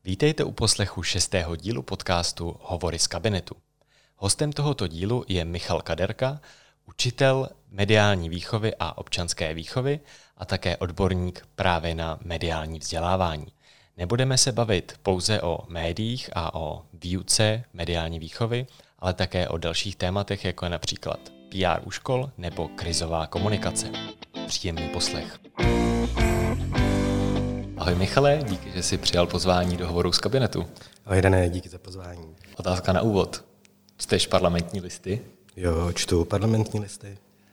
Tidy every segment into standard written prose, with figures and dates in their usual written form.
Vítejte u poslechu 6. dílu podcastu Hovory z kabinetu. Hostem tohoto dílu je Michal Kaderka, učitel mediální výchovy a občanské výchovy a také odborník právě na mediální vzdělávání. Nebudeme se bavit pouze o médiích a o výuce mediální výchovy, ale také o dalších tématech, jako je například PR u škol nebo krizová komunikace. Příjemný poslech. Ahoj Michale, díky, že jsi přijal pozvání do Hovorů z kabinetu. Ahoj Dané, díky za pozvání. Otázka na úvod. Čteš parlamentní listy? Jo, čtu parlamentní listy.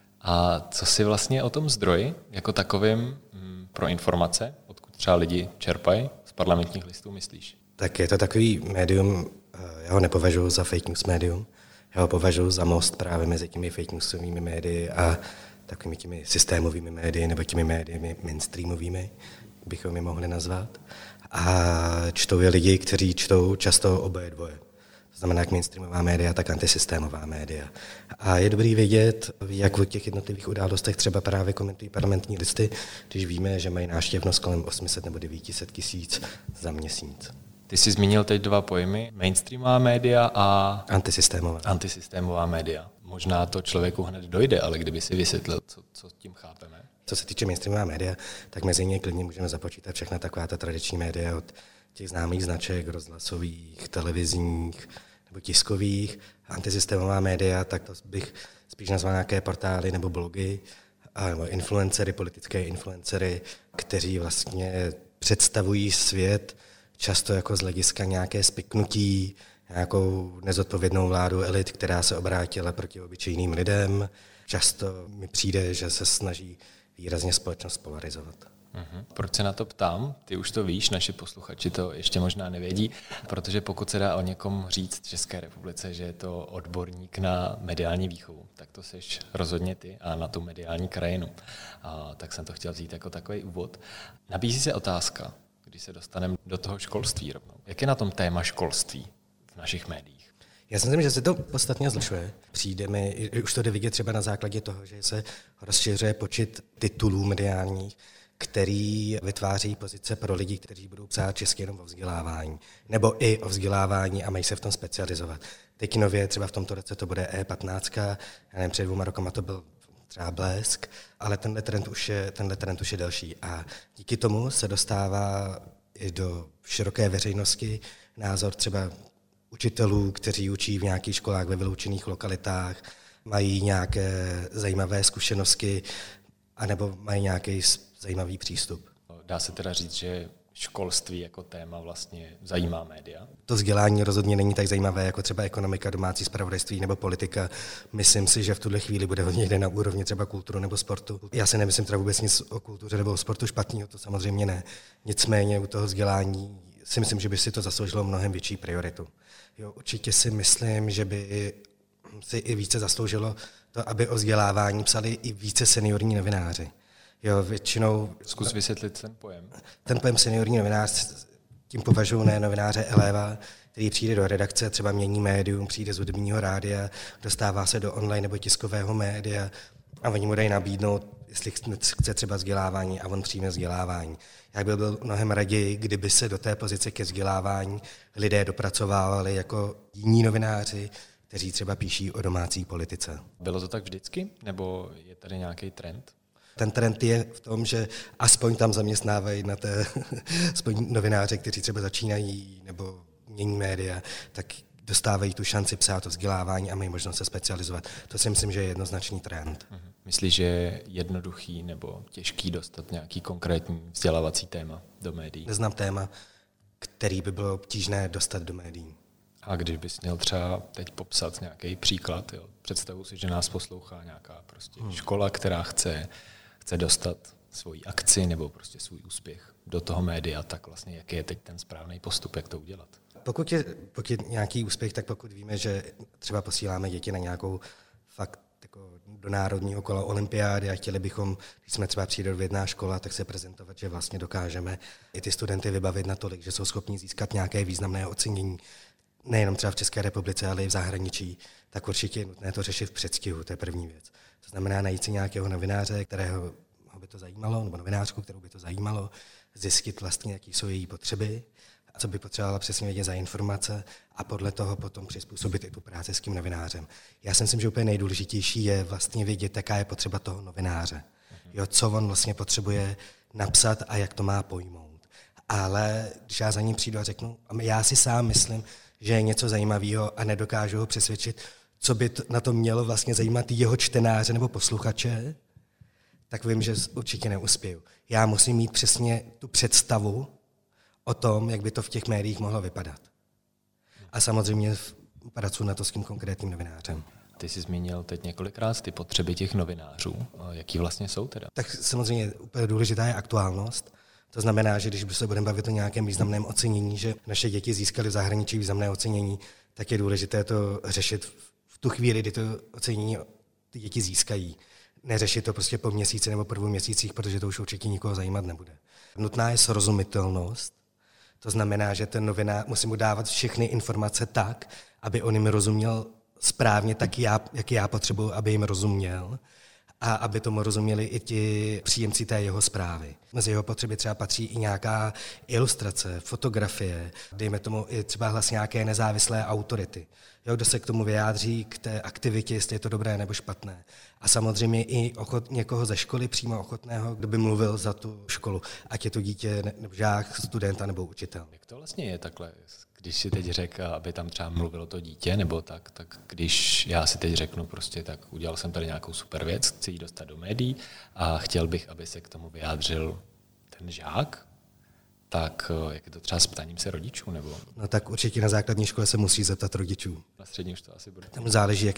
A co si vlastně o tom zdroji jako takovým pro informace, odkud třeba lidi čerpají z parlamentních listů, myslíš? Tak je to takový médium, já ho nepovažuji za fake news médium, já ho považuji za most právě mezi těmi fake newsovými médii a takovými těmi systémovými médii nebo těmi médiemi mainstreamovými, bychom je mohli nazvat. A čtou je lidi, kteří čtou často oboje dvoje. To znamená jak mainstreamová média, tak antisystémová média. A je dobrý vědět, jak o těch jednotlivých událostech třeba právě komentují parlamentní listy, když víme, že mají návštěvnost kolem 800 nebo 900 tisíc za měsíc. Ty jsi zmínil teď dva pojmy, mainstreamová média a antisystémová média. Možná to člověku hned dojde, ale kdyby si vysvětlil, co tím chápeme. Co se týče mainstreamová média, tak mezi ně klidně můžeme započítat všechna taková ta tradiční média od těch známých značek, rozhlasových, televizních nebo tiskových. Antisystémová média, tak to bych spíš nazval nějaké portály nebo blogy, nebo influencery, politické influencery, kteří vlastně představují svět často jako z hlediska nějaké spiknutí, nějakou nezodpovědnou vládu elit, která se obrátila proti obyčejným lidem. Často mi přijde, že se snaží výrazně společnost polarizovat. Proč se na to ptám? Ty už to víš, naši posluchači to ještě možná nevědí, protože pokud se dá o někom říct v České republice, že je to odborník na mediální výchovu, tak to seš rozhodně ty a na tu mediální krajinu. Tak jsem to chtěl vzít jako takový úvod. Nabízí se otázka, když se dostaneme do toho školství rovnou. Jak je na tom téma školství v našich médiích? Já si myslím, že se to podstatně zlepšuje. Přijde mi, už to jde vidět třeba na základě toho, že se rozšiřuje počet titulů mediálních, který vytváří pozice pro lidi, kteří budou psát česky jenom o vzdělávání. Nebo i o vzdělávání a mají se v tom specializovat. Teď nově, třeba v tomto roce to bude E15, já nevím, před 2 rokama to byl třeba Blesk, ale tenhle trend už je delší. A díky tomu se dostává i do široké veřejnosti názor třeba učitelů, kteří učí v nějakých školách ve vyloučených lokalitách, mají nějaké zajímavé zkušenosti anebo mají nějaký zajímavý přístup. Dá se teda říct, že školství jako téma vlastně zajímá média? To vzdělání rozhodně není tak zajímavé jako třeba ekonomika, domácí zpravodajství nebo politika. Myslím si, že v tuhle chvíli bude hodně někde na úrovni třeba kultury nebo sportu. Já si nemyslím teda vůbec nic o kultuře nebo o sportu špatného, to samozřejmě ne. Nicméně u toho vzdělání si myslím, že by si to zasloužilo mnohem větší prioritu. Jo, určitě si myslím, že by si i více zasloužilo to, aby o vzdělávání psali i více seniorní novináři. Jo, většinou... Zkus vysvětlit ten pojem. Ten pojem seniorní novinář, tím považuji ne novináře eleva, který přijde do redakce, třeba mění médium, přijde z hudebního rádia, dostává se do online nebo tiskového média a oni mu dají nabídnout, jestli chce třeba vzdělávání a on přijme vzdělávání. Já bych byl mnohem raději, kdyby se do té pozice ke vzdělávání lidé dopracovávali jako jiní novináři, kteří třeba píší o domácí politice. Bylo to tak vždycky, nebo je tady nějaký trend? Ten trend je v tom, že aspoň tam zaměstnávají aspoň novináře, kteří třeba začínají nebo mění média, tak dostávají tu šanci psát o vzdělávání a mají možnost se specializovat. To si myslím, že je jednoznačný trend. Myslíš, že je jednoduchý nebo těžký dostat nějaký konkrétní vzdělávací téma do médií? Neznám téma, který by bylo obtížné dostat do médií. A když bys měl třeba teď popsat nějaký příklad, jo? Představu si, že nás poslouchá nějaká prostě škola, která chce dostat svoji akci nebo prostě svůj úspěch do toho média, tak vlastně jaký je teď ten správný postup, jak to udělat? Pokud je nějaký úspěch, tak pokud víme, že třeba posíláme děti na nějakou fakt jako do národního kola olympiády a chtěli bychom, když jsme třeba přírodovědná škola, tak se prezentovat, že vlastně dokážeme i ty studenty vybavit natolik, že jsou schopni získat nějaké významné ocenění, nejenom třeba v České republice, ale i v zahraničí, tak určitě je nutné to řešit v předstihu, to je první věc. To znamená najít si nějakého novináře, kterého by to zajímalo, nebo novinářku, kterou by to zajímalo, zjistit vlastně, jaký jsou její potřeby co by potřebovala přesně vědět za informace a podle toho potom přizpůsobit i tu práci s tím novinářem. Já si myslím, že úplně nejdůležitější je vlastně vědět, jaká je potřeba toho novináře. Jo, co on vlastně potřebuje napsat a jak to má pojmout. Ale když já za ním přijdu a řeknu, já si sám myslím, že je něco zajímavého a nedokážu ho přesvědčit, co by na to mělo vlastně zajímat jeho čtenáře nebo posluchače, tak vím, že určitě neuspěju. Já musím mít přesně tu představu o tom, jak by to v těch médiích mohlo vypadat. A samozřejmě pracuji na to s tím konkrétním novinářem. Ty jsi zmínil teď několikrát ty potřeby těch novinářů. Jaký vlastně jsou teda? Tak samozřejmě úplně důležitá je aktuálnost. To znamená, že když se budeme bavit o nějakém významném ocenění, že naše děti získaly v zahraničí významné ocenění, tak je důležité to řešit v tu chvíli, kdy to ocenění ty děti získají. Neřešit to prostě po měsíci nebo po 2 měsících, protože to už určitě nikoho zajímat nebude. Nutná je srozumitelnost. To znamená, že ten novinář musí mu dávat všechny informace tak, aby on jim rozuměl správně, tak jak já potřebuji, aby jim rozuměl a aby tomu rozuměli i ti příjemci té jeho zprávy. Mezi jeho potřeby třeba patří i nějaká ilustrace, fotografie, dejme tomu i třeba hlas nějaké nezávislé autority. Jo, kdo se k tomu vyjádří, k té aktivitě, jestli je to dobré nebo špatné. A samozřejmě i někoho ze školy, přímo ochotného, kdo by mluvil za tu školu, ať je to dítě, nebo žák, studenta nebo učitel. Jak to vlastně je takhle? Když si teď řekl, aby tam třeba mluvilo to dítě, nebo tak když já si teď řeknu prostě, tak udělal jsem tady nějakou super věc, chci ji dostat do médií a chtěl bych, aby se k tomu vyjádřil ten žák, tak jak je to třeba s ptáním se rodičů? Nebo? No tak určitě na základní škole se musí zeptat rodičů. Na střední už to asi bude. Tam záleží,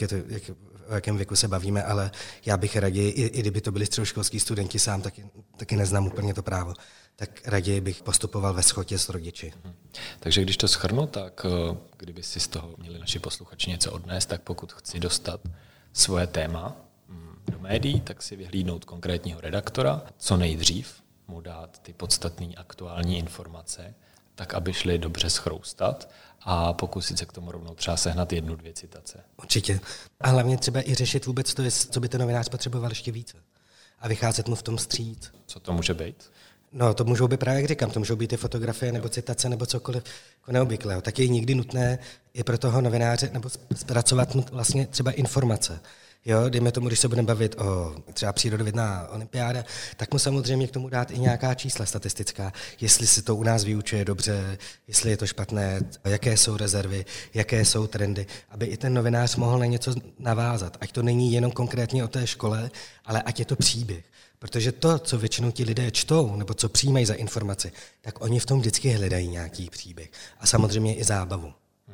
o jakém věku se bavíme, ale já bych raději, i kdyby to byli středoškolský studenti sám, taky neznám úplně to právo, tak raději bych postupoval ve shodě s rodiči. Takže když to shrnu, tak kdyby si z toho měli naši posluchači něco odnést, tak pokud chci dostat svoje téma do médií, tak si vyhlídnout konkrétního redaktora, co nejdřív mu dát ty podstatné aktuální informace, tak aby šli dobře schroustat a pokusit se k tomu rovnou třeba sehnat 1-2 citace. Určitě. A hlavně třeba i řešit vůbec to, co by ten novinář potřeboval ještě více. A vycházet mu v tom vstříc. Co to může být? No, to můžou být právě, jak říkám, to můžou být i fotografie nebo citace nebo cokoliv jako neobvyklého. Tak je někdy nutné i pro toho novináře nebo zpracovat vlastně třeba informace. Jo, dejme tomu, když se budeme bavit o třeba přírodovědná olympiáda, tak mu samozřejmě k tomu dát i nějaká čísla statistická, jestli se to u nás vyučuje dobře, jestli je to špatné, jaké jsou rezervy, jaké jsou trendy, aby i ten novinář mohl na něco navázat. Ať to není jenom konkrétně o té škole, ale ať je to příběh. Protože to, co většinou ti lidé čtou, nebo co přijímají za informaci, tak oni v tom vždycky hledají nějaký příběh. A samozřejmě i zábavu.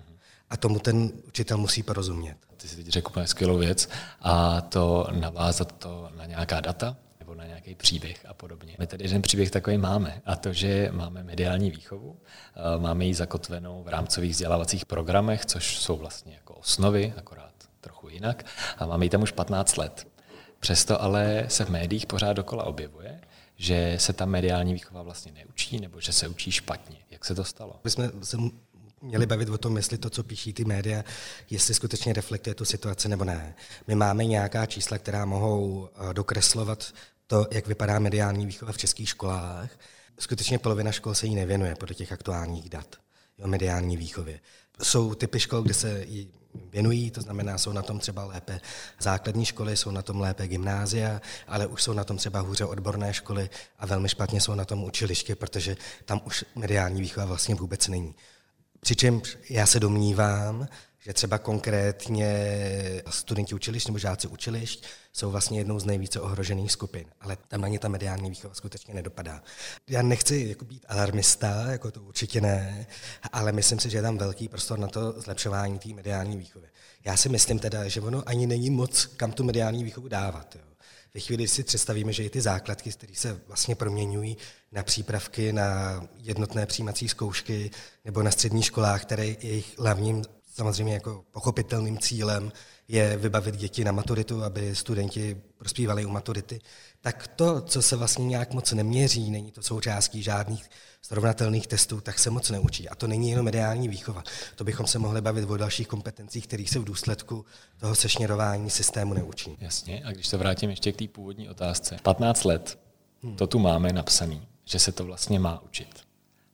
A tomu ten učitel musí porozumět. Ty jsi teď řekl úplně skvělou věc a to navázat to na nějaká data nebo na nějaký příběh a podobně. My tady jeden příběh takový máme a to, že máme mediální výchovu, máme ji zakotvenou v rámcových vzdělávacích programech, což jsou vlastně jako osnovy, akorát trochu jinak a máme ji tam už 15 let. Přesto ale se v médiích pořád dokola objevuje, že se ta mediální výchova vlastně neučí nebo že se učí špatně. Jak se to stalo? My jsme se měli bavit o tom, jestli to, co píší ty média, jestli skutečně reflektuje tu situaci nebo ne. My máme nějaká čísla, která mohou dokreslovat to, jak vypadá mediální výchova v českých školách. Skutečně polovina škol se jí nevěnuje podle těch aktuálních dat o mediální výchově. Jsou typy škol, kde se jí věnují, to znamená, jsou na tom třeba lépe základní školy, jsou na tom lépe gymnázia, ale už jsou na tom třeba hůře odborné školy a velmi špatně jsou na tom učiliště, protože tam už mediální výchova vlastně vůbec není. Přičemž já se domnívám, že třeba konkrétně studenti učilišť nebo žáci učilišť jsou vlastně jednou z nejvíce ohrožených skupin, ale tam na ně ta mediální výchova skutečně nedopadá. Já nechci jako být alarmista, jako to určitě ne, ale myslím si, že je tam velký prostor na to zlepšování té mediální výchovy. Já si myslím teda, že ono ani není moc kam tu mediální výchovu dávat. Jo. Ve chvíli, kdy si představíme, že i ty základky, které se vlastně proměňují na přípravky, na jednotné přijímací zkoušky nebo na středních školách, které jejich hlavním samozřejmě jako pochopitelným cílem je vybavit děti na maturitu, aby studenti prospívali u maturity, tak to, co se vlastně nějak moc neměří, není to součástí žádných srovnatelných testů, tak se moc neučí. A to není jenom mediální výchova. To bychom se mohli bavit o dalších kompetencích, kterých se v důsledku toho sešněrování systému neučí. Jasně, a když se vrátím ještě k té původní otázce. 15 let to tu máme napsaný, že se to vlastně má učit.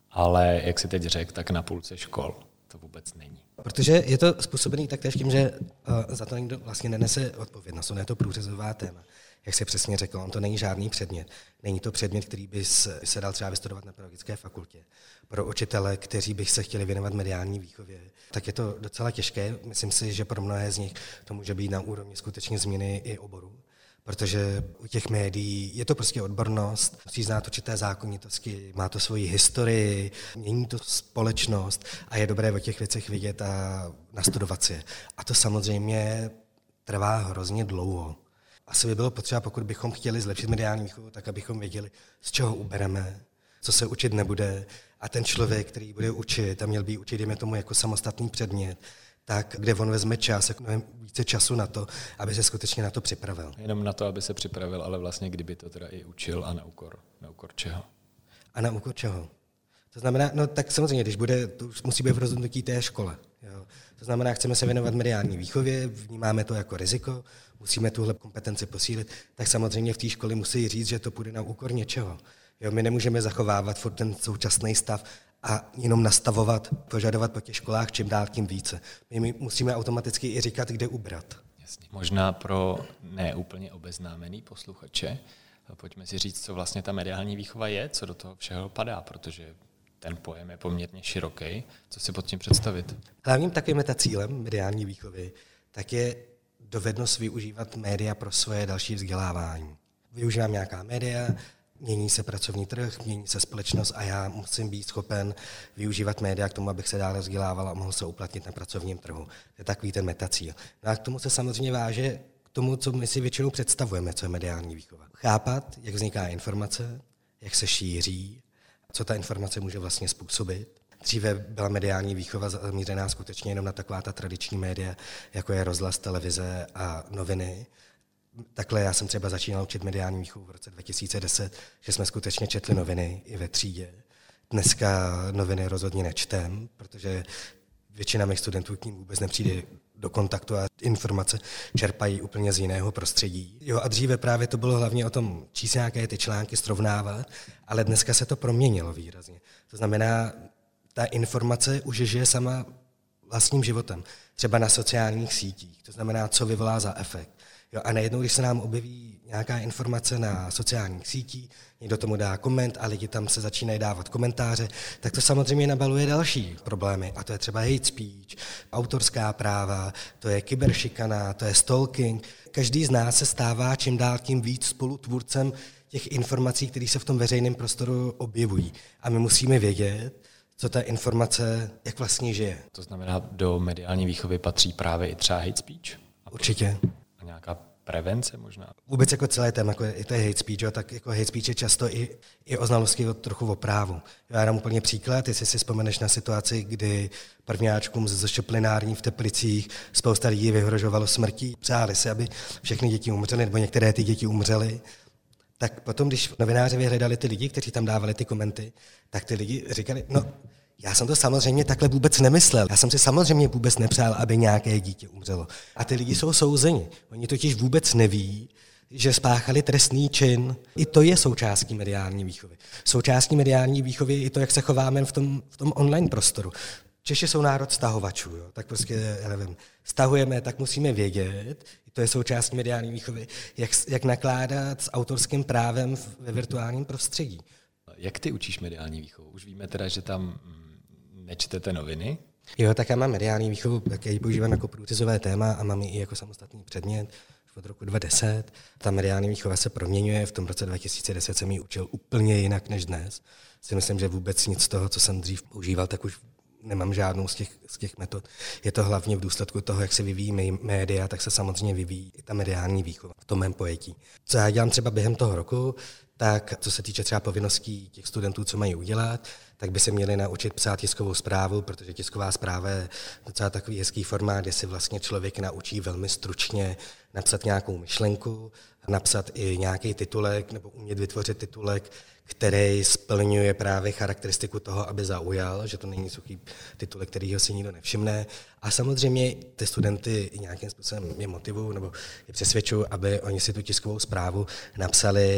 ale jak si teď řekl, tak na půlce škol to vůbec není. Protože je to způsobený taktéž tím, že za to někdo vlastně nenese odpovědnost, ono je to průřezová téma. Jak se přesně řekl, on to není žádný předmět. Není to předmět, který by se dal třeba vystudovat na pedagogické fakultě. Pro učitele, kteří by se chtěli věnovat mediální výchově, tak je to docela těžké. Myslím si, že pro mnohé z nich to může být na úrovni skutečně změny i oboru. Protože u těch médií je to prostě odbornost, musí znát určité zákonitosti, má to svoji historii, mění to společnost a je dobré o těch věcech vidět a nastudovat si je. A to samozřejmě trvá hrozně dlouho. Asi by bylo potřeba, pokud bychom chtěli zlepšit mediální výchovu, tak abychom věděli, z čeho ubereme, co se učit nebude. A ten člověk, který bude učit a měl by učit, dejme tomu jako samostatný předmět, tak kde on vezme čas, jako více času na to, aby se skutečně na to připravil. Jenom na to, aby se připravil, ale vlastně kdyby to teda i učil a na úkor čeho? A na úkor čeho? To znamená, no tak samozřejmě, když bude, to už musí být v rozhodnutí té škole. Jo. To znamená, chceme se věnovat mediální výchově, vnímáme to jako riziko, musíme tuhle kompetenci posílit, tak samozřejmě v té škole musí říct, že to půjde na úkor něčeho. Jo, my nemůžeme zachovávat furt ten současný stav a jenom nastavovat, požadovat po těch školách čím dál tím více. My musíme automaticky i říkat, kde ubrat. Jasně. Možná pro neúplně obeznámený posluchače, pojďme si říct, co vlastně ta mediální výchova je, co do toho všeho padá, protože ten pojem je poměrně široký. Co si pod tím představit? Hlavním takovým cílem mediální výchovy tak je dovednost využívat média pro svoje další vzdělávání. Využívám nějaká média, mění se pracovní trh, mění se společnost a já musím být schopen využívat média k tomu, abych se dále vzdělával a mohl se uplatnit na pracovním trhu. To je takový ten metacíl. No a k tomu se samozřejmě váže k tomu, co my si většinou představujeme, co je mediální výchova. Chápat, jak vzniká informace, jak se šíří, co ta informace může vlastně způsobit. Dříve byla mediální výchova zaměřená skutečně jenom na taková ta tradiční média, jako je rozhlas, televize a noviny. Takhle já jsem třeba začínal učit mediální výchovu v roce 2010, že jsme skutečně četli noviny i ve třídě. Dneska noviny rozhodně nečtem, protože většina mých studentů k ním vůbec nepřijde do kontaktu a informace čerpají úplně z jiného prostředí. Jo, a dříve právě to bylo hlavně o tom číst nějaké ty články, srovnávat, ale dneska se to proměnilo výrazně. To znamená, ta informace už žije sama vlastním životem, třeba na sociálních sítích, to znamená, co vyvolá za efekt. Jo, a najednou, když se nám objeví nějaká informace na sociálních sítích, někdo tomu dá koment a lidi tam se začínají dávat komentáře, tak to samozřejmě nabaluje další problémy. A to je třeba hate speech, autorská práva, to je kyberšikana, to je stalking. Každý z nás se stává čím dál tím víc spolutvůrcem těch informací, které se v tom veřejném prostoru objevují. A my musíme vědět, co ta informace, jak vlastně žije. To znamená, do mediální výchovy patří právě i třeba hate speech? Určitě. A nějaká prevence možná? Vůbec jako celé téma, jako je to hate speech, jo, tak jako hate speech je často i o znalosti trochu o právu. Já dám úplně příklad, jestli si vzpomeneš na situaci, kdy prvňáčkům ze Šeplinární v Teplicích spousta lidí vyhrožovalo smrtí, přáli si, aby všechny děti umřely, nebo některé ty děti umřely. Tak potom, když novináři vyhledali ty lidi, kteří tam dávali ty komenty, tak ty lidi říkali, no, já jsem to samozřejmě takhle vůbec nemyslel. Já jsem si samozřejmě vůbec nepřál, aby nějaké dítě umřelo. A ty lidi jsou souzeni. Oni totiž vůbec neví, že spáchali trestný čin. I to je součástí mediální výchovy. Součástí mediální výchovy je i to, jak se chováme v tom online prostoru. Češi jsou národ stahovačů, jo? Tak prostě, já nevím, stahujeme, tak musíme vědět, to je součástí mediální výchovy, jak nakládat s autorským právem ve virtuálním prostředí. Jak ty učíš mediální výchovu? Už víme teda, že tam nečtete noviny? Jo, tak já mám mediální výchovu, tak já ji používám jako průřezové téma a mám ji i jako samostatný předmět od roku 2010. Ta mediální výchova se proměňuje, v tom roce 2010 jsem ji učil úplně jinak než dnes. Si myslím, že vůbec nic z toho, co jsem dřív používal, tak už nemám žádnou z těch metod. Je to hlavně v důsledku toho, jak se vyvíjí média, tak se samozřejmě vyvíjí i ta mediální výchova v tom mém pojetí. Co já dělám třeba během toho roku, tak co se týče třeba povinností těch studentů, co mají udělat, tak by se měli naučit psát tiskovou zprávu, protože tisková zpráva je docela takový hezký formát, kde si vlastně člověk naučí velmi stručně napsat nějakou myšlenku, napsat i nějaký titulek nebo umět vytvořit titulek, který splňuje právě charakteristiku toho, aby zaujal, že to není suchý titulek, kterýho si nikdo nevšimne. A samozřejmě ty studenty nějakým způsobem je motivují nebo je přesvědčují, aby oni si tu tiskovou zprávu napsali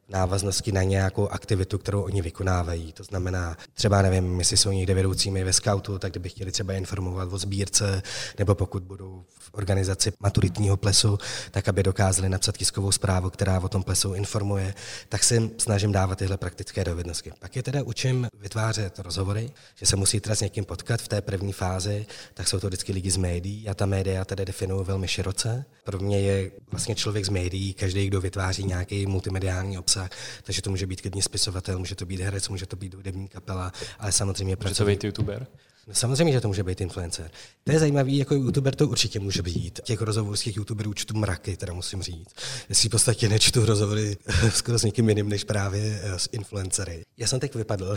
návaznosti na nějakou aktivitu, kterou oni vykonávají. To znamená, třeba nevím, jestli jsou někde vedoucími ve skautu, tak kdyby chtěli třeba informovat o sbírce, nebo pokud budou v organizaci maturitního plesu, tak aby dokázali napsat tiskovou zprávu, která o tom plesu informuje, tak se snažím dávat tyhle praktické dovednosti. Pak je teda učím vytvářet rozhovory, že se musí teda s někým potkat v té první fázi, tak jsou to vždycky lidi z médií. Já ta média teda definuju velmi široce. Pro mě je vlastně člověk z médií, každý, kdo vytváří nějaký multimediální obsah, takže to může být klidně spisovatel, může to být herec, může to být hudební kapela, ale samozřejmě může to být youtuber? No, samozřejmě, že to může být influencer. To je zajímavý, jako youtuber to určitě může být. Těch rozhovorů z těch youtuberů čtu mraky, teda musím říct. Jestli v podstatě nečtu rozhovory skoro s někým jiným, než právě s influencery. Já jsem teď vypadl.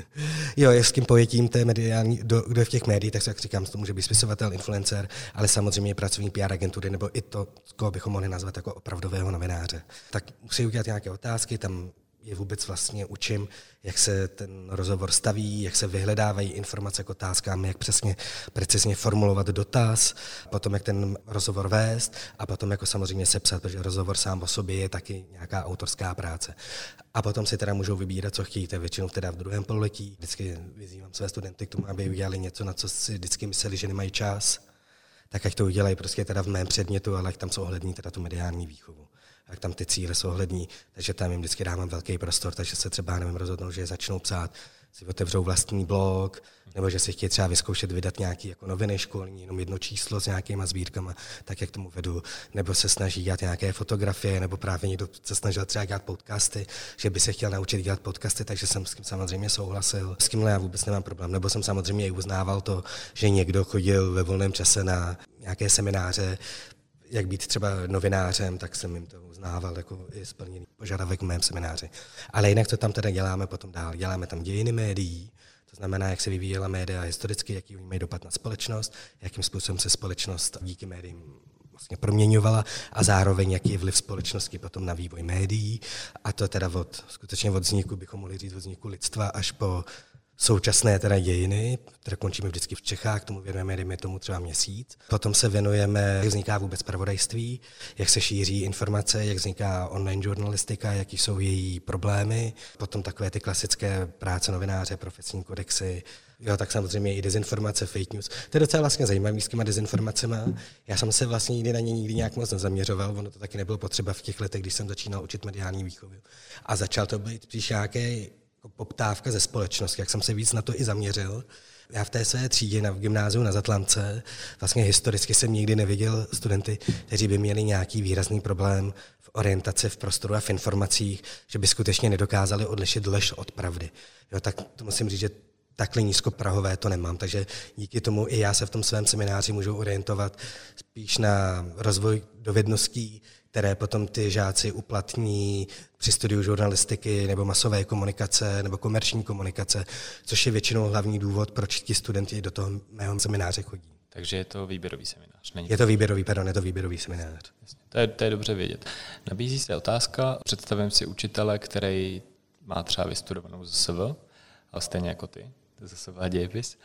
Jo, s tím pojetím té mediální, kdo je v těch médiích, tak se jak říkám, to může být spisovatel, influencer, ale samozřejmě pracovní PR agentury, nebo i to, koho bychom mohli nazvat jako opravdového novináře. Tak musí udělat nějaké otázky, tam je vůbec vlastně učím, jak se ten rozhovor staví, jak se vyhledávají informace k otázkám, jak přesně precizně formulovat dotaz, potom jak ten rozhovor vést a potom jako samozřejmě sepsat, protože rozhovor sám o sobě je taky nějaká autorská práce. A potom si teda můžou vybírat, co chtějí, většinou teda v druhém pololetí. Vždycky vyzývám své studenty k tomu, aby udělali něco, na co si vždycky mysleli, že nemají čas, tak ať to udělají prostě teda v mém předmětu, ale ať tam jsou ohlední teda tu mediální výchovu. Jak tam ty cíle jsou ohlední, takže tam jim vždycky dávám velký prostor, takže se třeba nevím rozhodnou, že začnou psát, si otevřou vlastní blog, nebo že si chtějí třeba vyzkoušet vydat nějaký jako noviny školní, jenom jedno číslo s nějakýma sbírkama, tak jak tomu vedu, nebo se snaží dělat nějaké fotografie, nebo právě někdo se snažil třeba dělat podcasty, že by se chtěl naučit dělat podcasty, takže jsem s tím samozřejmě souhlasil. S tímhle já vůbec nemám problém, nebo jsem samozřejmě i uznával to, že někdo chodil ve volném čase na nějaké semináře, jak být třeba novinářem, tak jsem jim to uznával jako i splněný požadavek v mém semináři. Ale jinak, co tam teda děláme potom dál? Děláme tam dějiny médií, to znamená, jak se vyvíjela média historicky, jaký oni mají dopad na společnost, jakým způsobem se společnost díky médiím vlastně proměňovala a zároveň jaký je vliv společnosti potom na vývoj médií. A to teda skutečně od vzniku, bychom mohli říct od vzniku lidstva až po současné teda dějiny, které končíme vždycky v Čechách, tomu věnujeme, dejme tomu třeba měsíc. Potom se věnujeme, jak vzniká vůbec zpravodajství, jak se šíří informace, jak vzniká online žurnalistika, jaký jsou její problémy. Potom takové ty klasické práce novináře, profesní kodexy, jo, tak samozřejmě i dezinformace, fake news. To je docela vlastně zajímavý s těma dezinformacemi. Já jsem se vlastně nikdy nějak moc nezaměřoval, ono to taky nebylo potřeba v těch letech, když jsem začínal učit mediální výchovu. A začal to být příště nějaké poptávka ze společnosti, jak jsem se víc na to i zaměřil. Já v té své třídě v gymnáziu na Zatlance vlastně historicky jsem nikdy neviděl studenty, kteří by měli nějaký výrazný problém v orientaci v prostoru a v informacích, že by skutečně nedokázali odlišit lež od pravdy. Jo, tak to musím říct, že takhle nízkoprahové to nemám, takže díky tomu i já se v tom svém semináři můžu orientovat spíš na rozvoj dovedností, které potom ty žáci uplatní při studiu žurnalistiky nebo masové komunikace nebo komerční komunikace, což je většinou hlavní důvod, proč ti studenti do toho mého semináře chodí. Takže je to výběrový seminář. Je to výběrový seminář. Jasně. To je dobře vědět. Nabízí se otázka, představím si učitele, který má třeba vystudovanou ZSV, ale stejně jako ty, ZSV a dějepis,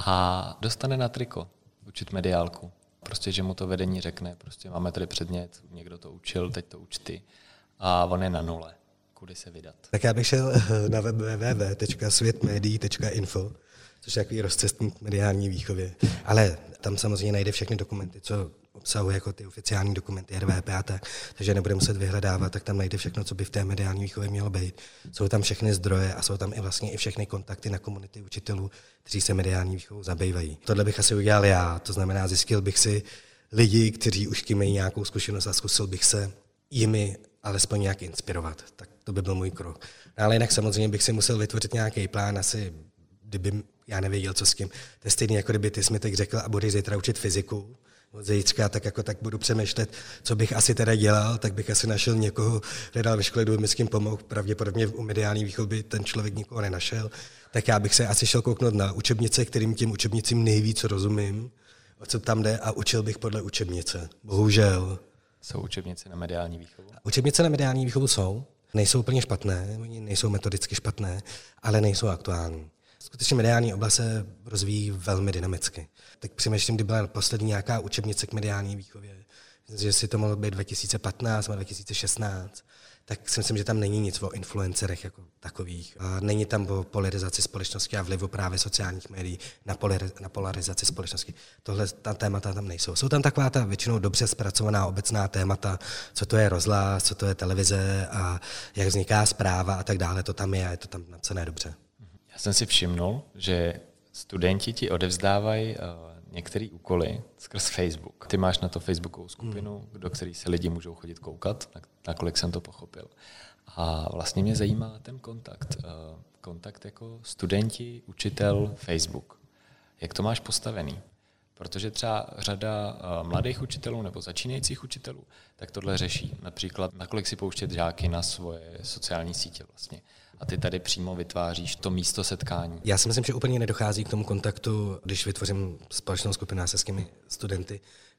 a dostane na triko učit mediálku. Prostě, že mu to vedení řekne, prostě máme tady předmět, někdo to učil, teď to uč ty a on je na nule. Kudy se vydat? Tak já bych šel na web www.světmedií.info, což je takový rozcestník mediální výchově. Ale tam samozřejmě najde všechny dokumenty, co obsahuje jako ty oficiální dokumenty RVP a tak, takže nebude muset vyhledávat, tak tam najde všechno, co by v té mediální výchově mělo být. Jsou tam všechny zdroje a jsou tam i vlastně i všechny kontakty na komunity učitelů, kteří se mediální výchovou zabývají. Tohle bych asi udělal já, to znamená, zjistil bych si lidi, kteří už mají nějakou zkušenost a zkusil bych se jimi alespoň nějak inspirovat. Tak to by byl můj krok. No, ale jinak samozřejmě bych si musel vytvořit nějaký plán, asi kdyby já nevěděl, co s tím. To je stejný, jako kdyby ty jsi mi teď řekl a budeš zítra učit fyziku, od zítřka, tak budu přemýšlet, co bych asi teda dělal, tak bych asi našel někoho, hledal ve škole, kdo mi s tím pomohl. Pravděpodobně u mediální výchovy ten člověk nikoho nenašel. Tak já bych se asi šel kouknout na učebnice, kterým těm učebnicím nejvíc rozumím, o co tam jde, a učil bych podle učebnice. Bohužel. Jsou učebnice na mediální výchovu? Učebnice na mediální výchovu jsou. Nejsou úplně špatné, oni nejsou metodicky špatné, ale nejsou aktuální. Skutečně mediální oblast se rozvíjí velmi dynamicky. Tak přemýšlím, kdy byla poslední nějaká učebnice k mediální výchově. Myslím, že si to mohlo být 2015 a 2016. tak si myslím, že tam není nic o influencerech jako takových. A není tam o polarizaci společnosti a vlivu právě sociálních médií na polarizaci společnosti. Ta témata tam nejsou. Jsou tam taková ta většinou dobře zpracovaná obecná témata, co to je rozhlas, co to je televize a jak vzniká zpráva a tak dále. To tam je a je to tam napsané dobře. Já jsem si všimnul, že studenti ti odevzdávají některé úkoly skrz Facebook. Ty máš na to facebookovou skupinu, do které se lidi můžou chodit koukat, nakolik jsem to pochopil. A vlastně mě zajímá ten kontakt. Kontakt jako studenti, učitel, Facebook. Jak to máš postavený? Protože třeba řada mladých učitelů nebo začínajících učitelů tak tohle řeší. Například, nakolik si pouštět žáky na svoje sociální sítě vlastně. A ty tady přímo vytváříš to místo setkání. Já si myslím, že úplně nedochází k tomu kontaktu, když vytvořím společnou skupinu se s těmi studenty,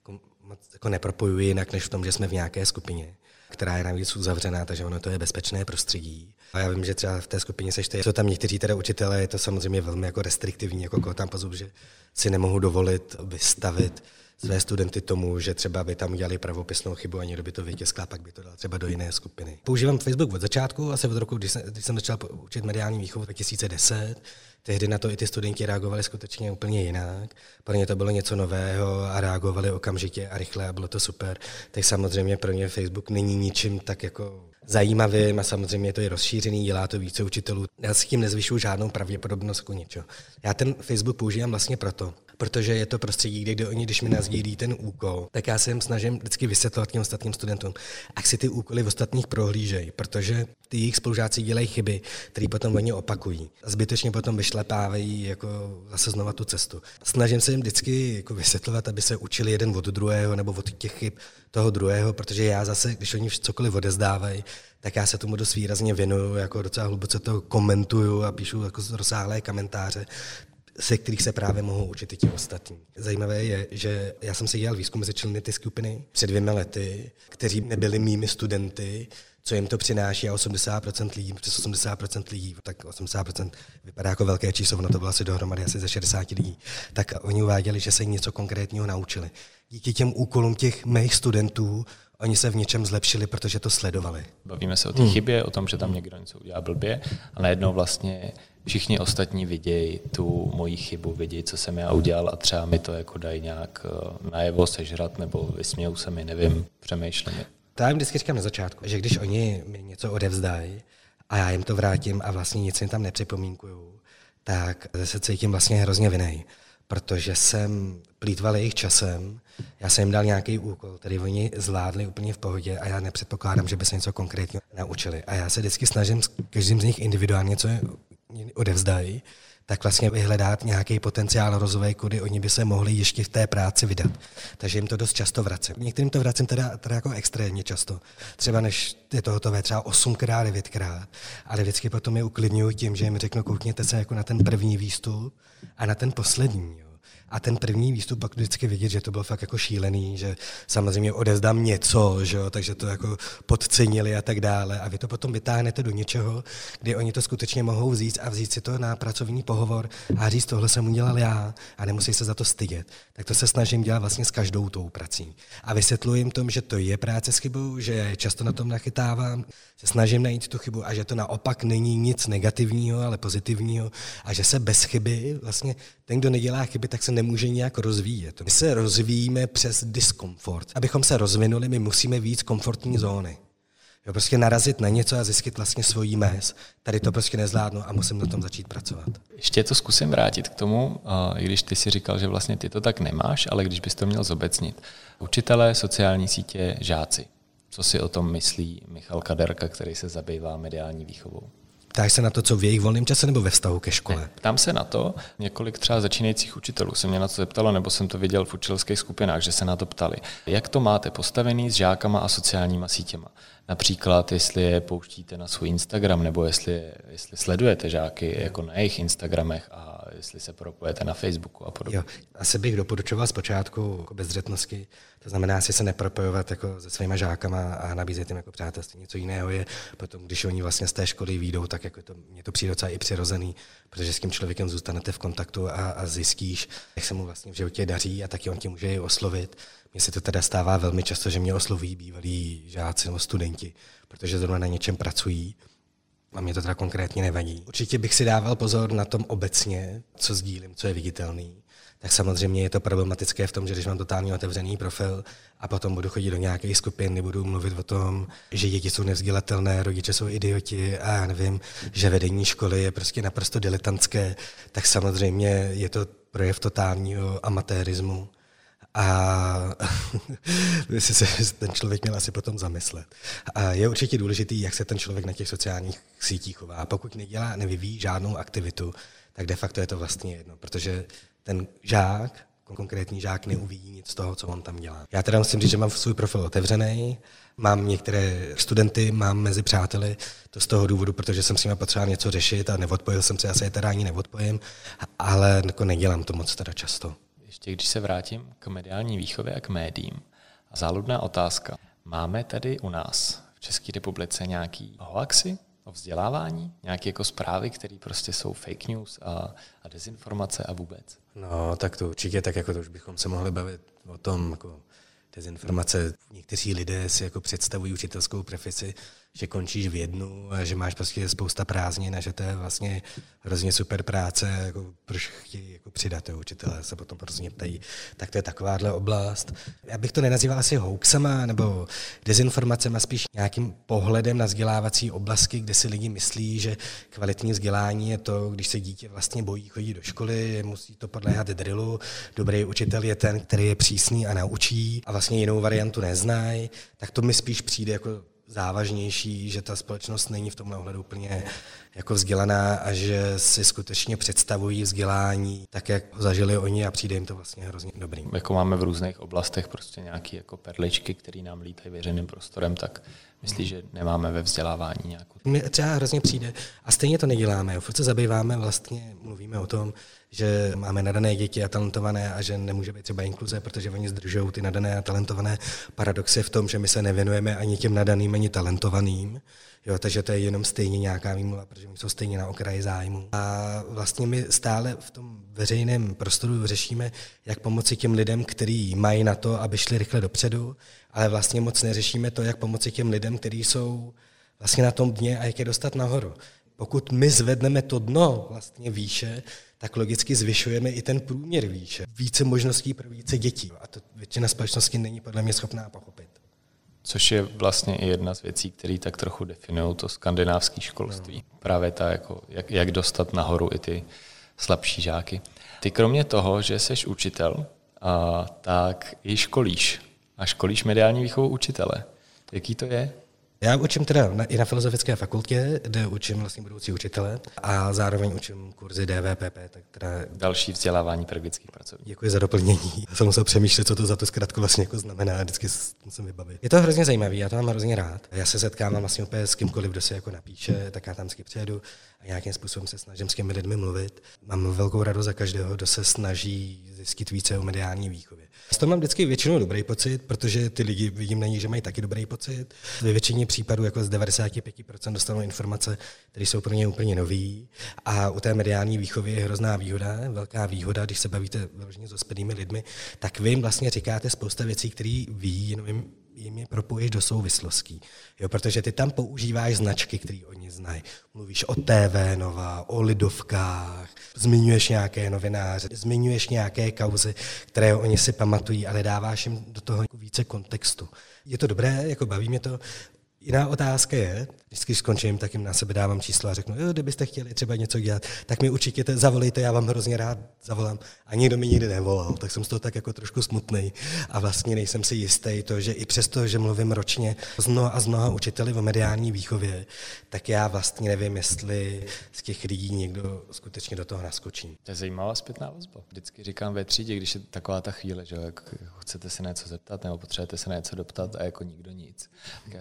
jako nepropojuji jinak, než v tom, že jsme v nějaké skupině, která je navíc uzavřená, takže ono to je bezpečné prostředí. A já vím, že třeba v té skupině jsou tam někteří teda učitelé, je to samozřejmě velmi jako restriktivní, jako koho tam pozvu, že si nemohu dovolit vystavit své studenty tomu, že třeba by tam udělali pravopisnou chybu a někdo by to vytiskl, pak by to dal třeba do jiné skupiny. Používám Facebook od začátku, asi od roku, když jsem začal učit mediální výchovu 2010. Tehdy na to i ty studenti reagovali skutečně úplně jinak. Pro ně to bylo něco nového a reagovali okamžitě a rychle a bylo to super. Tak samozřejmě pro ně Facebook není ničím tak jako zajímavým a samozřejmě je to i rozšířený, dělá to více učitelů. Já si tím nezvyšuju žádnou pravděpodobnost jako něčeho. Já ten Facebook používám vlastně proto, protože je to prostředí, kde oni, když mi nasdílí ten úkol, tak já se jim snažím vždycky vysvětlovat těm ostatním studentům, jak si ty úkoly v ostatních prohlížejí, protože ty jejich spolužáci dělají chyby, které potom oni opakují. A zbytečně potom vyšlepávají jako zase znova tu cestu. Snažím se jim vždycky jako vysvětlovat, aby se učili jeden od druhého nebo od těch chyb toho druhého, protože já zase, když oni cokoliv odezdávají, tak já se tomu dost výrazně věnuju, jako docela hluboce to komentuju a píšu jako rozsáhlé komentáře, se kterých se právě mohou učit i ti ostatní. Zajímavé je, že já jsem si dělal výzkum mezi členy ty skupiny před 2 lety, kteří nebyli mými studenty, co jim to přináší a 80% lidí, přes 80% lidí, tak 80% vypadá jako velké číslo, ono to bylo asi dohromady asi ze 60 lidí, tak oni uváděli, že se něco konkrétního naučili. Díky těm úkolům těch mých studentů oni se v něčem zlepšili, protože to sledovali. Bavíme se o té chybě, o tom, že tam někdo něco udělá blbě a najednou vlastně všichni ostatní vidějí tu moji chybu, vidějí, co jsem já udělal a třeba mi to jako dají nějak najevo sežrat nebo vysmějou se mi, nevím, přemýšlím. To já jim vždycky říkám na začátku, že když oni mi něco odevzdají a já jim to vrátím a vlastně nic jim tam nepřipomínkuju, tak se cítím vlastně hrozně vinnej, protože jsem plýtval jejich časem, já jsem jim dal nějaký úkol, který oni zvládli úplně v pohodě a já nepředpokládám, že by se něco konkrétního naučili. A já se vždycky snažím s každým z nich individuálně, co odevzdají, tak vlastně vyhledat nějaký potenciál rozvoje, kudy oni by se mohli ještě v té práci vydat. Takže jim to dost často vracím. Některým to vracím teda jako extrémně často. Třeba než je to hotové, třeba 8krát, 9krát. Ale vždycky potom je uklidňuji tím, že jim řeknu, koukněte se jako na ten první výstup a na ten poslední. Jo. A ten první výstup pak vždycky vidět, že to bylo fakt jako šílený, že samozřejmě odevzdám něco, že jo, takže to jako podcenili a tak dále. A vy to potom vytáhnete do něčeho, kde oni to skutečně mohou vzít a vzít si to na pracovní pohovor a říct, tohle jsem udělal já a nemusí se za to stydět. Tak to se snažím dělat vlastně s každou tou prací. A vysvětluji jim tom, že to je práce s chybou, že často na tom nachytávám, se snažím najít tu chybu a že to naopak není nic negativního, ale pozitivního a že se bez chyby vlastně ten, kdo nedělá chyby, tak se nemůže nějak rozvíjet. My se rozvíjíme přes diskomfort. Abychom se rozvinuli, my musíme víc komfortní zóny. Jo, prostě narazit na něco a zjistit vlastně svojí mez. Tady to prostě nezvládnu a musím na tom začít pracovat. Ještě to zkusím vrátit k tomu, i když ty si říkal, že vlastně ty to tak nemáš, ale když bys to měl zobecnit. Učitelé, sociální sítě, žáci. Co si o tom myslí Michal Kaderka, který se zabývá mediální výchovou? Ptáš se na to, co v jejich volném čase nebo ve vztahu ke škole? Ne, ptám se na to, několik třeba začínajících učitelů se mě na to zeptalo, nebo jsem to viděl v učitelských skupinách, že se na to ptali. Jak to máte postavený s žákama a sociálníma sítěma? Například, jestli je pouštíte na svůj Instagram, nebo jestli sledujete žáky jako na jejich Instagramech a jestli se propojete na Facebooku a podobně. Jo, asi bych doporučoval zpočátku jako bezřetnosti, to znamená asi se nepropojovat jako se svýma žákama a nabízet jim jako přátelství. Něco jiného je potom, když oni vlastně z té školy vyjdou, tak jako mně to přijde docela i přirozený, protože s tím člověkem zůstanete v kontaktu a zjistíš, jak se mu vlastně v životě daří a taky on tě může i oslovit. Mně se to teda stává velmi často, že mě oslovují bývalí žáci nebo studenti, protože zrovna na něčem pracují. A mě to teda konkrétně nevadí. Určitě bych si dával pozor na tom obecně, co sdílím, co je viditelný. Tak samozřejmě je to problematické v tom, že když mám totálně otevřený profil a potom budu chodit do nějakých skupin, budu mluvit o tom, že děti jsou nevzdělatelné, rodiče jsou idioti a já nevím, že vedení školy je prostě naprosto diletantské, tak samozřejmě je to projev totálního amatérismu. A si se ten člověk měl asi potom zamyslet. A je určitě důležitý, jak se ten člověk na těch sociálních sítích chová. A pokud nevyvíjí žádnou aktivitu, tak de facto je to vlastně jedno, protože ten žák, konkrétní žák neuvidí nic z toho, co on tam dělá. Já teda musím říct, že mám svůj profil otevřený, mám některé studenty, mám mezi přáteli, to z toho důvodu, protože jsem s nimi potřeboval něco řešit a neodpojil jsem se, asi je teda ani neodpojím, ale jako nedělám to moc teda často. Ještě když se vrátím k mediální výchově a k médiím. A záludná otázka. Máme tady u nás v České republice nějaký hoaxy o vzdělávání? Nějaké jako zprávy, které prostě jsou fake news a dezinformace a vůbec? No, tak to určitě, tak jako to už bychom se mohli bavit o tom, jako dezinformace. Někteří lidé si jako představují učitelskou profesi, že končíš v jednu a že máš prostě spousta prázdnin a že to je vlastně hrozně super práce, jako proč chtějí jako přidat učitelé, se potom hrozně ptají. Tak to je takováhle oblast. Já bych to nenazýval asi hoaxama nebo dezinformacemi, spíš nějakým pohledem na vzdělávací oblasti, kde si lidi myslí, že kvalitní vzdělání je to, když se dítě vlastně bojí chodit do školy, musí to podléhat drillu, dobrý učitel je ten, který je přísný a naučí a vlastně jinou variantu neznají, tak to mi spíš přijde jako závažnější, že ta společnost není v tomhle ohledu úplně jako vzdělaná a že si skutečně představují vzdělání tak, jak ho zažili oni a přijde jim to vlastně hrozně dobrý. Jako máme v různých oblastech prostě nějaké jako perličky, které nám lítají veřejným prostorem, tak myslíš, že nemáme ve vzdělávání nějakou? Mně třeba hrozně přijde a stejně to neděláme. Furt se zabýváme, vlastně mluvíme o tom, že máme nadané děti a talentované a že nemůže být třeba inkluze, protože oni zdržují ty nadané a talentované. Paradox je v tom, že my se nevěnujeme ani těm nadaným, ani talentovaným. Jo, takže to je jenom stejně nějaká výmluva, protože my jsou stejně na okraji zájmu. A vlastně my stále v tom veřejném prostoru řešíme, jak pomoci těm lidem, kteří mají na to, aby šli rychle dopředu, ale vlastně moc neřešíme to, jak pomoci těm lidem, kteří jsou vlastně na tom dně a jak je dostat nahoru. Pokud my zvedneme to dno vlastně výše, tak logicky zvyšujeme i ten průměr výše. Více možností pro více dětí. A to většina společnosti není podle mě schopná pochopit. Což je vlastně i jedna z věcí, které tak trochu definují to skandinávské školství. No. Právě ta, jako, jak dostat nahoru i ty slabší žáky. Ty kromě toho, že jsi učitel, tak i školíš. A školíš mediální výchovu učitele. Jaký to je? Já učím teda i na Filozofické fakultě, kde učím vlastně budoucí učitele a zároveň učím kurzy DVPP. Tak teda další vzdělávání pedagogických pracovníků. Děkuji za doplnění. Já jsem musel přemýšlet, co to za tu zkratku vlastně jako znamená, vždycky musím vybavit. Je to hrozně zajímavé, já to mám hrozně rád. Já se setkávám vlastně úplně s kýmkoliv, kdo se jako napíše, tak já tam vždycky přijedu a nějakým způsobem se snažím s těmi lidmi mluvit. Mám velkou radost za každého, kdo se snaží zjistit více o mediální výchově. Z toho mám vždycky většinou dobrý pocit, protože ty lidi vidím na nich, že mají taky dobrý pocit. Ve většině případů jako z 95% dostanou informace, které jsou pro ně úplně nový. A u té mediální výchovy je hrozná výhoda, velká výhoda, když se bavíte vyloženě s dospělými lidmi, tak vy jim vlastně říkáte spousta věcí, které ví, jenom jim je propojíš do souvislostí. Jo, protože ty tam používáš značky, které oni znají. Mluvíš o TV Nova, o Lidovkách, zmiňuješ nějaké novináře, zmiňuješ nějaké kauzy, které oni si pamatují, ale dáváš jim do toho více kontextu. Je to dobré, jako baví mě to. Jiná otázka je, když skončím, tak jim na sebe dávám číslo a řeknu, jo, kdybyste chtěli třeba něco dělat, tak mi určitě zavolejte, já vám hrozně rád zavolám. A nikdo mi nikdy nevolal, tak jsem z toho tak jako trošku smutnej. A vlastně nejsem si jistý to, že i přesto, že mluvím ročně s mnoha učiteli o mediální výchově, tak já vlastně nevím, jestli z těch lidí někdo skutečně do toho naskočí. To je zajímavá zpětná vazba. Vždycky říkám ve třídě, když je taková ta chvíle, že jak chcete se něco zeptat nebo potřebujete se něco doptat a jako nikdo nic. Tak já říkám, no tak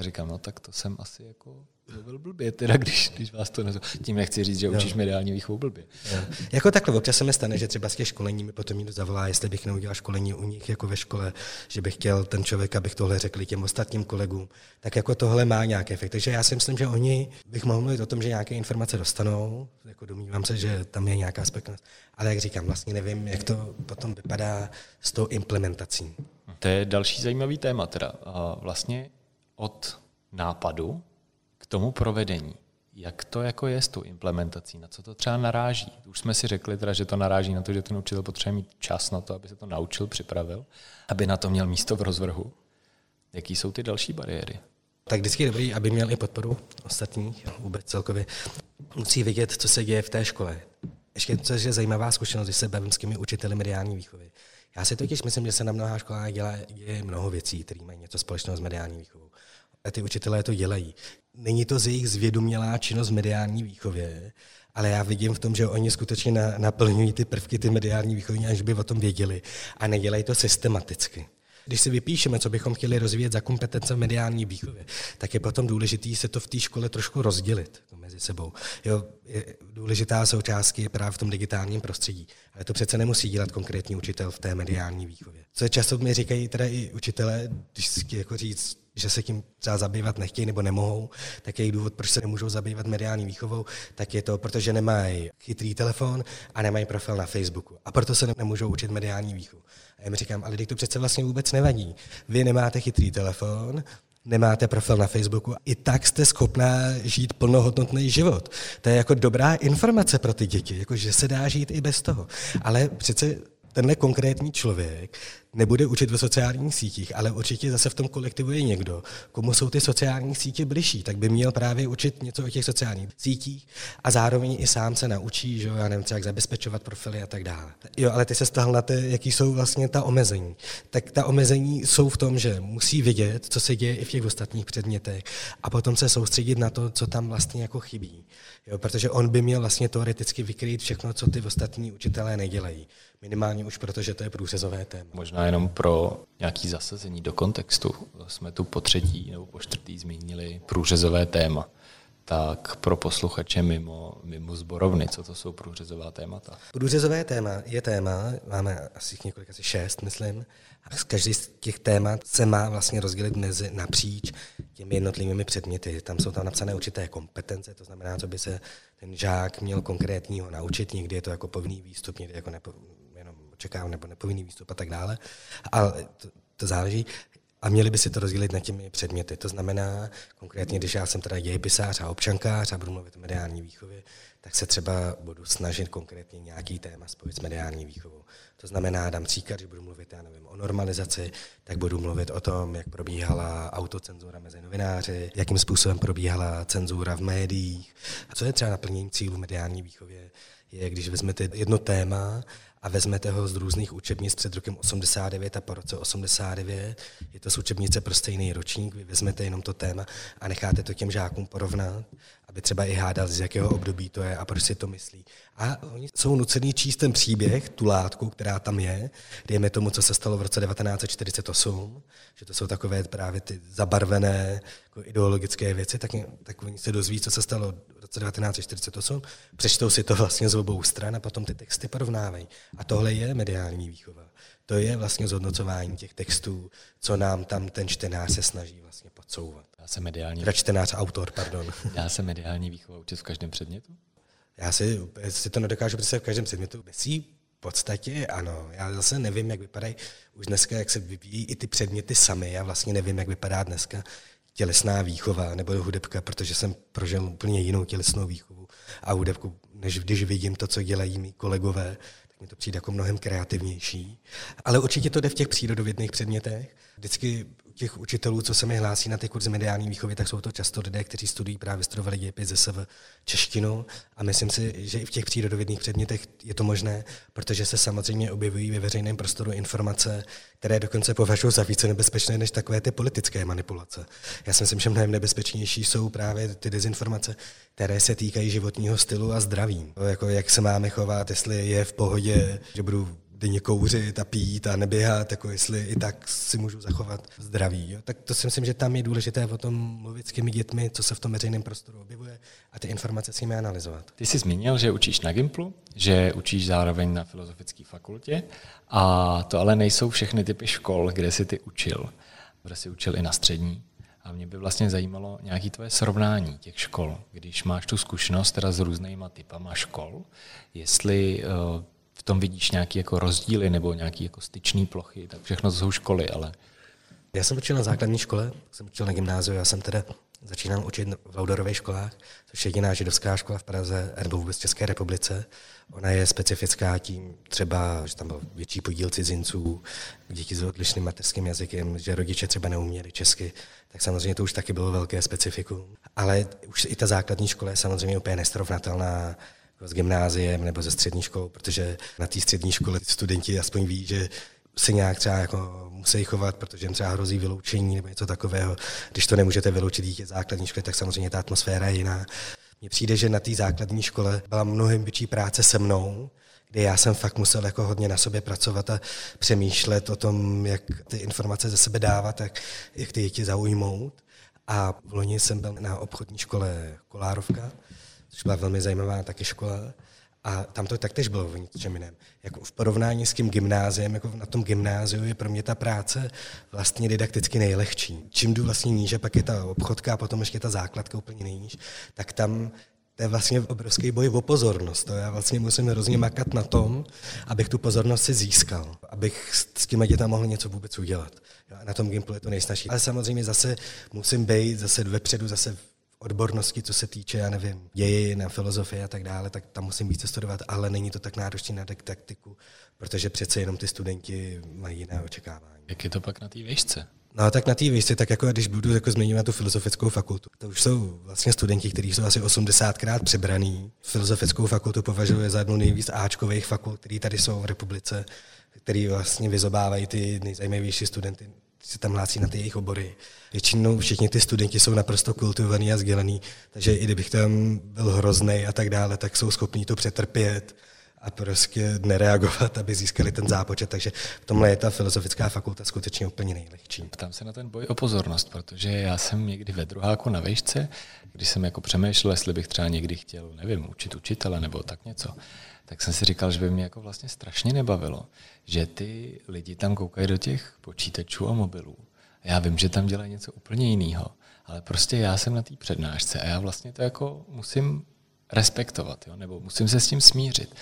tak to jsem asi jako mluvil blbě, teda když vás to nezval. Tím nechci říct, že učíš mediální výchovu blbě. Jako takhle, občas se mi stane, že třeba z těch školení mi potom někdo zavolá, jestli bych neudělal školení u nich jako ve škole, že bych chtěl ten člověk, abych tohle řekl těm ostatním kolegům, tak jako tohle má nějaký efekt. Takže já si myslím, že oni bych mohl mluvit o tom, že nějaké informace dostanou, jako domnívám se, že tam je nějaká spekulace, ale jak říkám, vlastně nevím, jak to potom vypadá s tou implementací. To je další zajímavý téma teda. Vlastně od nápadu k tomu provedení. Jak to jako je s tou implementací? Na co to třeba naráží? Už jsme si řekli teda, že to naráží na to, že ten učitel potřebuje mít čas na to, aby se to naučil, připravil, aby na to měl místo v rozvrhu. Jaký jsou ty další bariéry? Tak vždycky je dobrý, aby měl i podporu ostatních, vůbec celkově. Musí vidět, co se děje v té škole. Ještě to je zajímavá zkušenost, když se bavím s těmi učiteli mediální výchovy. Já si totiž myslím, že se na mnoha školách děje mnoho věcí, které mají něco společného s mediální výchovou. A ty učitelé to dělají. Není to z jejich zvědomělá činnost v mediální výchově, ale já vidím v tom, že oni skutečně naplňují ty prvky, ty mediální výchovy, až by o tom věděli. A nedělají to systematicky. Když si vypíšeme, co bychom chtěli rozvíjet za kompetence v mediální výchově, tak je potom důležité se to v té škole trošku rozdělit mezi sebou. Jo, důležitá součást je právě v tom digitálním prostředí, ale to přece nemusí dělat konkrétní učitel v té mediální výchově. Co často mi říkají teda i učitelé, když si jako říct, že se tím třeba zabývat nechtějí nebo nemohou, tak je důvod, proč se nemůžou zabývat mediální výchovou, tak je to, protože nemají chytrý telefon a nemají profil na Facebooku. A proto se nemůžou učit mediální výchovu. A já mi říkám, ale teď to přece vlastně vůbec nevadí. Vy nemáte chytrý telefon, nemáte profil na Facebooku, i tak jste schopná žít plnohodnotný život. To je jako dobrá informace pro ty děti, jako že se dá žít i bez toho. Ale přece tenhle konkrétní člověk nebude učit ve sociálních sítích, ale určitě zase v tom kolektivu je někdo, komu jsou ty sociální sítě bližší, tak by měl právě učit něco o těch sociálních sítích a zároveň i sám se naučí, že já nevím, jak zabezpečovat profily a tak dále. Jo, ale ty se stáhl na to, jaký jsou vlastně ta omezení. Tak ta omezení jsou v tom, že musí vidět, co se děje i v těch ostatních předmětech a potom se soustředit na to, co tam vlastně jako chybí. Jo, protože on by měl vlastně teoreticky vykrýt všechno, co ty ostatní učitelé nedělají. Minimálně už proto, že to je průřezové téma. Možná jenom pro nějaké zasazení do kontextu. Jsme tu po třetí nebo po čtvrtý zmínili průřezové téma. Tak pro posluchače mimo sborovny, co to jsou průřezová témata? Průřezové téma je téma, máme asi 6, myslím, a každý z těch témat se má vlastně rozdělit napříč těmi jednotlivými předměty. Tam jsou tam napsané určité kompetence, to znamená, co by se ten žák měl konkrétního naučit, někdy je to jako povinný výstup, někdy jako jenom očekávám nebo nepovinný výstup a tak dále, ale to záleží. A měli by si to rozdělit na těmi předměty. To znamená, konkrétně, když já jsem teda dějepisář a občankář a budu mluvit o mediální výchově, tak se třeba budu snažit konkrétně nějaký téma spojit s mediální výchovou. To znamená, dám příklad, že budu mluvit, já nevím, o normalizaci, tak budu mluvit o tom, jak probíhala autocenzura mezi novináři, jakým způsobem probíhala cenzura v médiích. A co je třeba naplněním cílů mediální výchově, je, když vezmete jedno téma a vezmete ho z různých učebnic před rokem 89 a po roce 89, je to z učebnice pro stejný ročník, vy vezmete jenom to téma a necháte to těm žákům porovnat, aby třeba i hádali, z jakého období to je a proč si to myslí. A oni jsou nuceni číst ten příběh, tu látku, která tam je, dejme tomu, co se stalo v roce 1948, že to jsou takové právě ty zabarvené jako ideologické věci, tak oni se dozví, co se stalo v roce 1948, přečtou si to vlastně z obou stran a potom ty texty porovnávají. A tohle je mediální výchova. To je vlastně zhodnocování těch textů, co nám tam ten čtenář se snaží vlastně podsouvat. Autor, pardon. Dá se mediální výchova učit v každém předmětu? Já si to nedokážu představit v každém předmětu. V podstatě ano. Já zase nevím, jak vypadají už dneska, jak se vyvíjí i ty předměty samy. Já vlastně nevím, jak vypadá dneska tělesná výchova nebo hudebka, protože jsem prožil úplně jinou tělesnou výchovu a hudebku, než když vidím to, co dělají mý kolegové, tak mi to přijde jako mnohem kreativnější. Ale určitě to jde v těch přírodovědných předmětech. Vždycky těch učitelů, co se mi hlásí na ty kurzy mediální výchovy, tak jsou to často lidé, kteří studují právě studovali dějepis ZSV češtinu a myslím si, že i v těch přírodovědných předmětech je to možné, protože se samozřejmě objevují ve veřejném prostoru informace, které dokonce považuji za více nebezpečné než takové ty politické manipulace. Já si myslím, že mnohem nebezpečnější jsou právě ty dezinformace, které se týkají životního stylu a zdraví. Jako jak se máme chovat, jestli je v pohodě, že budu denně kouřit a pít a neběhat, jako jestli i tak si můžu zachovat zdraví. Jo? Tak to si myslím, že tam je důležité o tom mluvit s těmi dětmi, co se v tom veřejném prostoru objevuje a ty informace si nimi analyzovat. Ty jsi zmínil, že učíš na Gimplu, že učíš zároveň na Filozofické fakultě a to ale nejsou všechny typy škol, kde jsi ty učil. Kde jsi učil i na střední. A mě by vlastně zajímalo nějaké tvoje srovnání těch škol, když máš tu zkušenost teda s různýma typama škol, jestli v tom vidíš nějaké jako rozdíly nebo nějaké jako styčné plochy, tak všechno to jsou školy, ale... Já jsem učil na základní škole, jsem učil na gymnáziu, já jsem teda začínal učit v Laudorových školách, což je jediná židovská škola v Praze nebo vůbec v České republice. Ona je specifická tím třeba, že tam byl větší podíl cizinců, děti s odlišným mateřským jazykem, že rodiče třeba neuměli česky, tak samozřejmě to už taky bylo velké specifikum. Ale už i ta základní škola je samozřejmě úplně nesrovnatelná s gymnáziem nebo ze střední školou, protože na té střední škole studenti aspoň ví, že se nějak třeba jako musí chovat, protože jim třeba hrozí vyloučení nebo něco takového. Když to nemůžete vyloučit dítě základní školy, tak samozřejmě ta atmosféra je jiná. Mně přijde, že na té základní škole byla mnohem větší práce se mnou, kde já jsem fakt musel jako hodně na sobě pracovat a přemýšlet o tom, jak ty informace ze sebe dávat, jak ty děti zaujmout. A v loni jsem byl na obchodní škole Kolárovka, což byla velmi zajímavá taky škola. A tam to taktéž bylo o ničem jiném. Jako v porovnání s tím gymnáziem, jako na tom gymnáziu je pro mě ta práce vlastně didakticky nejlehčí. Čím jdu vlastně níže, pak je ta obchodka a potom ještě ta základka úplně nejníž, tak tam to je vlastně obrovský boj o pozornost. To já vlastně musím hrozně makat na tom, abych tu pozornost si získal, abych s těma dětma mohl něco vůbec udělat. A na tom Gimplu je to nejsnažší. Ale samozřejmě zase musím být zase vepředu, zase odbornosti, co se týče, já nevím, dějin, filozofie a tak dále, tak tam musím více studovat, ale není to tak náročné na didaktiku, protože přece jenom ty studenti mají jiné očekávání. Jak je to pak na té výšce? No tak na té výšce, tak jako když budu jako zmiňovat tu filozofickou fakultu, to už jsou vlastně studenti, kteří jsou asi 80krát přebraný. Filozofickou fakultu považuji za jednu nejvíc áčkových fakult, které tady jsou v republice, který vlastně vyzobávají ty nejzajímavější studenty, se tam hlásí na ty jejich obory. Většinou všichni ty studenti jsou naprosto kultivovaní a sdělení, takže i kdybych tam byl hroznej a tak dále, tak jsou schopní to přetrpět a prostě nereagovat, aby získali ten zápočet. Takže v tomhle je ta filozofická fakulta skutečně úplně nejlehčí. Ptám se na ten boj o pozornost, protože já jsem někdy ve druháku na výšce, když jsem jako přemýšlel, jestli bych třeba někdy chtěl, nevím, učit učitele nebo tak něco, tak jsem si říkal, že by mě jako vlastně strašně nebavilo, že ty lidi tam koukají do těch počítačů a mobilů. Já vím, že tam dělají něco úplně jiného, ale prostě já jsem na té přednášce a já vlastně to jako musím respektovat, jo? Nebo musím se s tím smířit.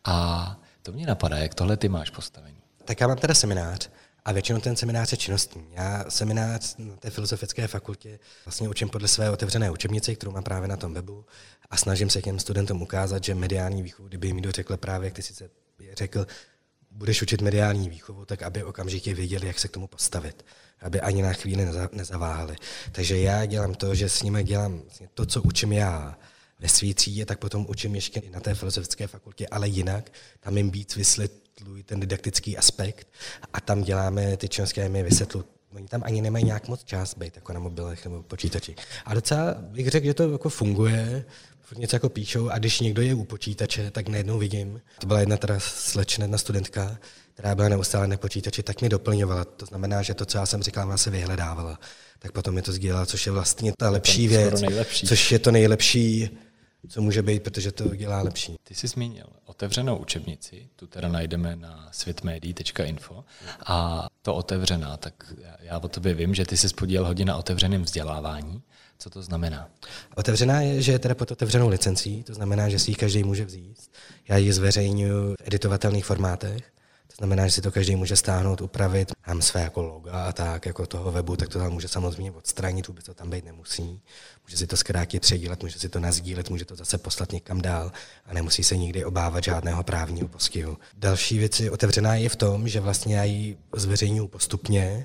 A to mě napadá, jak tohle ty máš postavení. Tak já mám teda seminář a většinou ten seminář je činnostní. Já seminář na té filozofické fakultě vlastně učím podle své otevřené učebnice, kterou mám právě na tom webu a snažím se těm studentům ukázat, že mediální výchovu, kdyby jim někdo řekl právě, jak ty sice řekl, budeš učit mediální výchovu, tak aby okamžitě věděli, jak se k tomu postavit, aby ani na chvíli nezaváhali. Takže já dělám to, že s nimi dělám to, co učím já ve své třídě, tak potom učím ještě na té filozofické fakultě, ale jinak, tam jim víc vysvětluji ten didaktický aspekt a tam děláme ty činnosti, mi vysvětluji. Oni tam ani nemají nějak moc čas být, jako na mobilech nebo počítači. A docela bych řekl, že to jako funguje, něco jako píšou a když někdo je u počítače, tak najednou vidím. To byla jedna teda slečna, jedna studentka, která byla neustále na počítači, tak mi doplňovala. To znamená, že to, co já jsem říkal, ona se vyhledávala. Tak potom mi to sdělala, což je vlastně ta lepší věc, což je to nejlepší, co může být, protože to dělá lepší. Ty jsi zmínil otevřenou učebnici, tu teda najdeme na světmédií.info a to otevřená, tak já o tobě vím, že ty jsi podílel hodně na otevřeném vzdělávání. Co to znamená? Otevřená je, že je teda pod otevřenou licencí, to znamená, že si ji každý může vzít. Já ji zveřejňuji v editovatelných formátech, to znamená, že si to každý může stáhnout, upravit. Mám své jako loga a tak, jako toho webu, tak to tam může samozřejmě odstranit, vůbec to tam být nemusí. Může si to zkrátit, předílet, může si to nasdílet, může to zase poslat někam dál a nemusí se nikdy obávat žádného právního postihu. Další věc je otevřená je v tom, že vlastně já ji zveřejňuji postupně,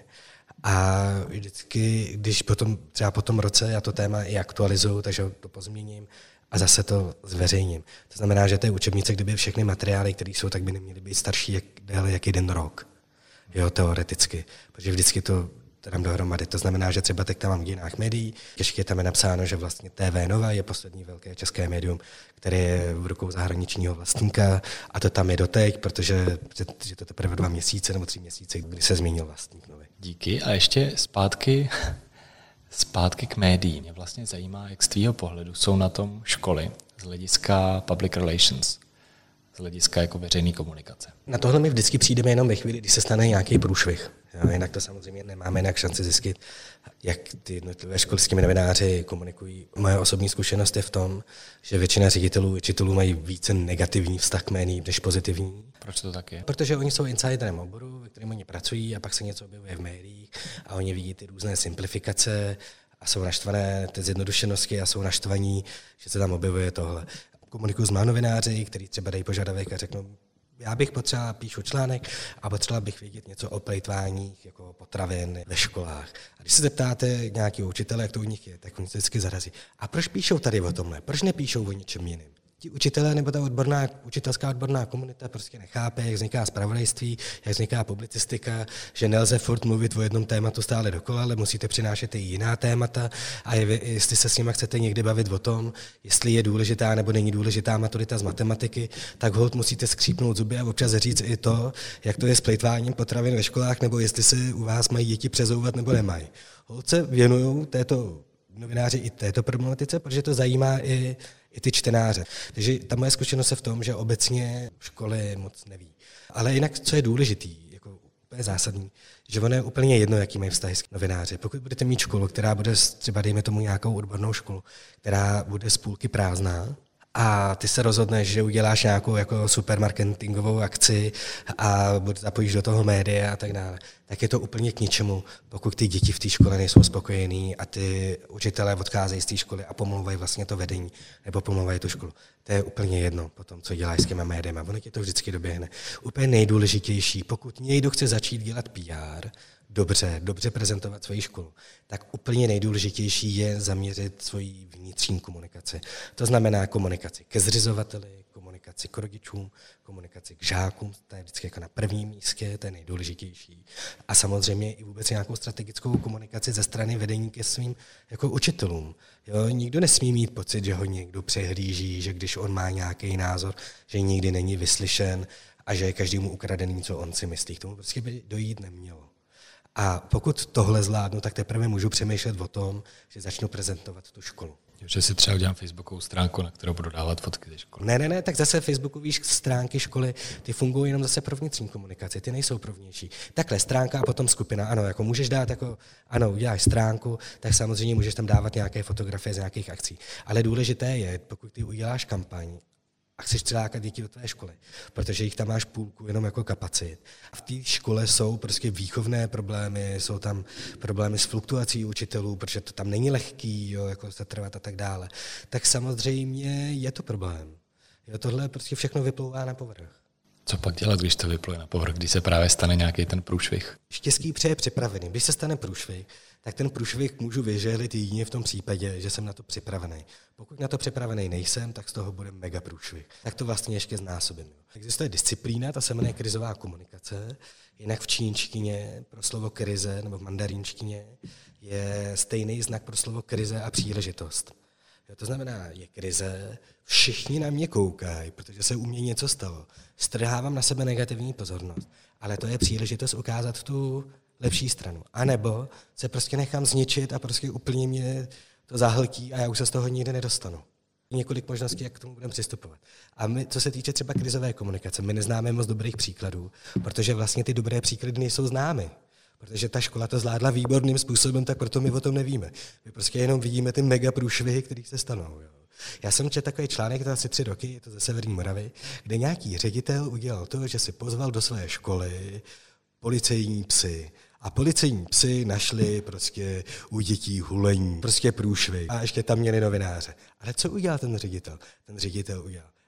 a vždycky, když třeba po tom roce já to téma i aktualizuju, takže to pozměním a zase to zveřejním. To znamená, že té učebnice, kdyby všechny materiály, které jsou, tak by neměly být starší déle jak 1 rok. Jo, teoreticky. Protože vždycky to to dám dohromady. To znamená, že třeba teď tam mám v dějinách médií, ještě tam je napsáno, že vlastně TV Nova je poslední velké české médium, které je v rukou zahraničního vlastníka a to tam je doteď, protože to teprve 2 měsíce nebo 3 měsíce, kdy se změnil vlastník nový. Díky. A ještě zpátky k médiím. Mě vlastně zajímá, jak z tvýho pohledu jsou na tom školy z hlediska public relations, z hlediska jako veřejné komunikace. Na tohle my vždycky přijdeme jenom ve chvíli, kdy se stane nějaký průšvih. Jo, jinak to samozřejmě nemáme jinak šanci zjistit, jak ty jednotlivé školskými novináři komunikují. Moje osobní zkušenost je v tom, že většina ředitelů, učitelů mají více negativní vztah k médiím než pozitivní. Proč to tak je? Protože oni jsou insiderem oboru, ve kterém oni pracují a pak se něco objevuje v médiích a oni vidí ty různé simplifikace a jsou naštvané ty zjednodušenosti a jsou naštvaní, že se tam objevuje tohle. Komunikuju s novináři, kteří třeba dají požadavek a řeknou, já bych potřeba, píšu článek a potřeba bych vědět něco o plejtváních jako potravin ve školách. A když se zeptáte nějakého učitele, jak to u nich je, tak oni se vždycky zarazí. A proč píšou tady o tomhle? Proč nepíšou o něčem jiném? Ti učitelé nebo ta učitelská odborná komunita prostě nechápe, jak vzniká zpravodajství, jak vzniká publicistika, že nelze furt mluvit o jednom tématu stále dokola, ale musíte přinášet i jiná témata a jestli se s nimi chcete někdy bavit o tom, jestli je důležitá nebo není důležitá maturita z matematiky, tak holt musíte skřípnout zuby a občas říct i to, jak to je s plejtváním potravin ve školách, nebo jestli se u vás mají děti přezouvat nebo nemají. Holt se věnují této novináři i této problematice, protože to zajímá i ty čtenáře. Takže ta moje zkušenost je v tom, že obecně školy moc neví. Ale jinak, co je důležitý, jako úplně zásadní, že ono je úplně jedno, jaký mají vztahy s novináři. Pokud budete mít školu, která bude třeba, dejme tomu nějakou odbornou školu, která bude z půlky prázdná, a ty se rozhodneš, že uděláš nějakou jako supermarketingovou akci a zapojíš do toho média a tak dále, tak je to úplně k ničemu, pokud ty děti v té škole nejsou spokojený a ty učitelé odcházejí z té školy a pomlouvají vlastně to vedení nebo pomlouvají tu školu. To je úplně jedno potom, co děláš s těma médiama. Ono tě to vždycky doběhne. Úplně nejdůležitější, pokud někdo chce začít dělat PR, dobře prezentovat svoji školu, tak úplně nejdůležitější je zaměřit svoji vnitřní komunikaci. To znamená komunikaci ke zřizovateli, komunikaci k rodičům, komunikaci k žákům, to je vždycky jako na prvním místě, to je nejdůležitější. A samozřejmě i vůbec nějakou strategickou komunikaci ze strany vedení ke svým jako učitelům. Jo, nikdo nesmí mít pocit, že ho někdo přehlíží, že když on má nějaký názor, že nikdy není vyslyšen a že je každému ukradený, co on si myslí. K tomu prostě by dojít nemělo. A pokud tohle zvládnu, tak teprve můžu přemýšlet o tom, že začnu prezentovat tu školu. Že si třeba udělám facebookovou stránku, na kterou budu dávat fotky ze školy. Ne, tak zase facebookové stránky školy, ty fungují jenom zase pro vnitřní komunikaci, ty nejsou pro vnější. Takhle stránka a potom skupina, ano, jako můžeš dát jako, ano, uděláš stránku, tak samozřejmě můžeš tam dávat nějaké fotografie z nějakých akcí. Ale důležité je, pokud ty uděláš kampaň, a chceš přilákat děti do tvé školy, protože jich tam máš půlku jenom jako kapacit. V té škole jsou prostě výchovné problémy, jsou tam problémy s fluktuací učitelů, protože to tam není lehký, jo, jako zatrvat a tak dále. Tak samozřejmě je to problém. Jo, tohle prostě všechno vyplouvá na povrch. Co pak dělat, když to vypluje na povrch, když se právě stane nějaký ten průšvih? Štěstí přeje připravený. Když se stane průšvih, tak ten průšvih můžu vyžehlit jedině v tom případě, že jsem na to připravený. Pokud na to připravený nejsem, tak z toho bude mega průšvih. Tak to vlastně ještě znásobím. Existuje disciplína, ta se jmenuje krizová komunikace. Jinak v čínštině pro slovo krize nebo v mandarínštině je stejný znak pro slovo krize a příležitost. Jo, to znamená, je krize, všichni na mě koukají, protože se u mě něco stalo. Strhávám na sebe negativní pozornost, ale to je příležitost ukázat tu lepší stranu. A nebo se prostě nechám zničit a prostě úplně mě to zahltí a já už se z toho nikdy nedostanu. Několik možností, jak k tomu budeme přistupovat. A my, co se týče třeba krizové komunikace, my neznáme moc dobrých příkladů, protože vlastně ty dobré příklady nejsou známy. Protože ta škola to zvládla výborným způsobem, tak proto my o tom nevíme. My prostě jenom vidíme ty mega průšvihy, které se stanou. Jo. Já jsem četl takový článek, to asi 3 roky, je to ze Severní Moravy, kde nějaký ředitel udělal to, že si pozval do své školy policejní psy. A policejní psy našli prostě u dětí hulení, prostě průšvih. A ještě tam měli novináře. Ale co udělal ten ředitel? Ten ředitel udělal: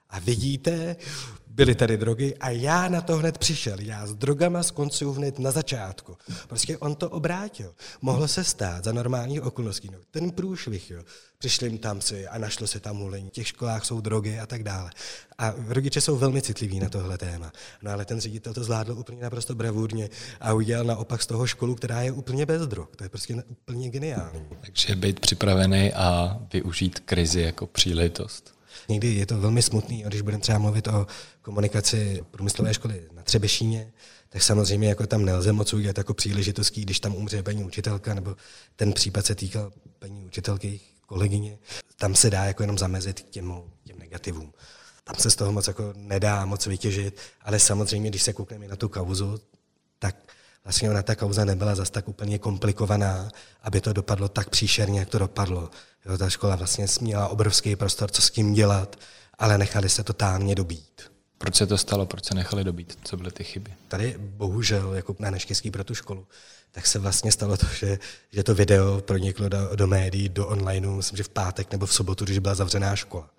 A vidíte, byly tady drogy a já na to hned přišel. Já s drogama skoncuju hned na začátku. Prostě on to obrátil. Mohlo se stát za normálních okolností. No, ten průšvih, jo. Přišli jim tam si a našlo se tam hulení. V těch školách jsou drogy a tak dále. A rodiče jsou velmi citliví na tohle téma. No ale ten ředitel to zvládl úplně naprosto bravurně a udělal naopak z toho školu, která je úplně bez drog. To je prostě úplně geniální. Takže být připravený a využít krizi jako příležitost. Někdy je to velmi smutný, když budeme třeba mluvit o komunikaci průmyslové školy na Třebešíně, tak samozřejmě jako tam nelze moc udělat jako příležitostí, když tam umře paní učitelka, nebo ten případ se týkal paní učitelky, kolegyně, tam se dá jako jenom zamezit těm negativům. Tam se z toho moc jako nedá moc vytěžit, ale samozřejmě, když se koukneme na tu kauzu, tak vlastně ona ta kauza nebyla zas tak úplně komplikovaná, aby to dopadlo tak příšerně, jak to dopadlo. Jo, ta škola vlastně měla obrovský prostor, co s tím dělat, ale nechali se totálně dobít. Proč se to stalo? Proč se nechali dobít? Co byly ty chyby? Tady bohužel, jako na neštěstí pro tu školu, tak se vlastně stalo to, že to video proniklo do médií, do onlineu, myslím, že v pátek nebo v sobotu, když byla zavřená škola.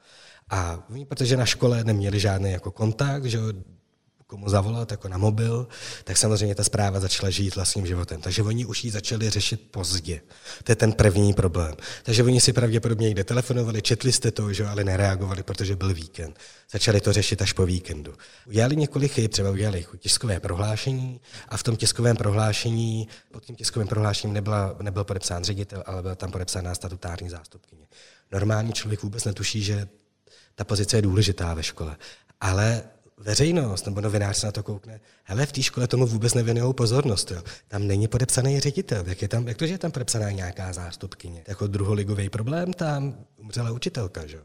A protože na škole neměli žádný jako kontakt, že komu zavolat jako na mobil, tak samozřejmě ta zpráva začala žít vlastním životem. Takže oni už ji začali řešit pozdě. To je ten první problém. Takže oni si pravděpodobně někde telefonovali, četli jste to, že, ale nereagovali, protože byl víkend. Začali to řešit až po víkendu. Udělali několik chyb, třeba udělali tiskové prohlášení a v tom tiskovém prohlášení, pod tím tiskovým prohlášením nebyl podepsán ředitel, ale byla tam podepsána statutární zástupkyně. Normální člověk vůbec netuší, že ta pozice je důležitá ve škole, ale veřejnost nebo novinář se na to koukne, hele, v té škole tomu vůbec nevěnují pozornost. Jo. Tam není podepsaný ředitel. Jak to, že je tam podepsaná nějaká zástupkyně? Jako druholigový problém, tam umřela učitelka. Že?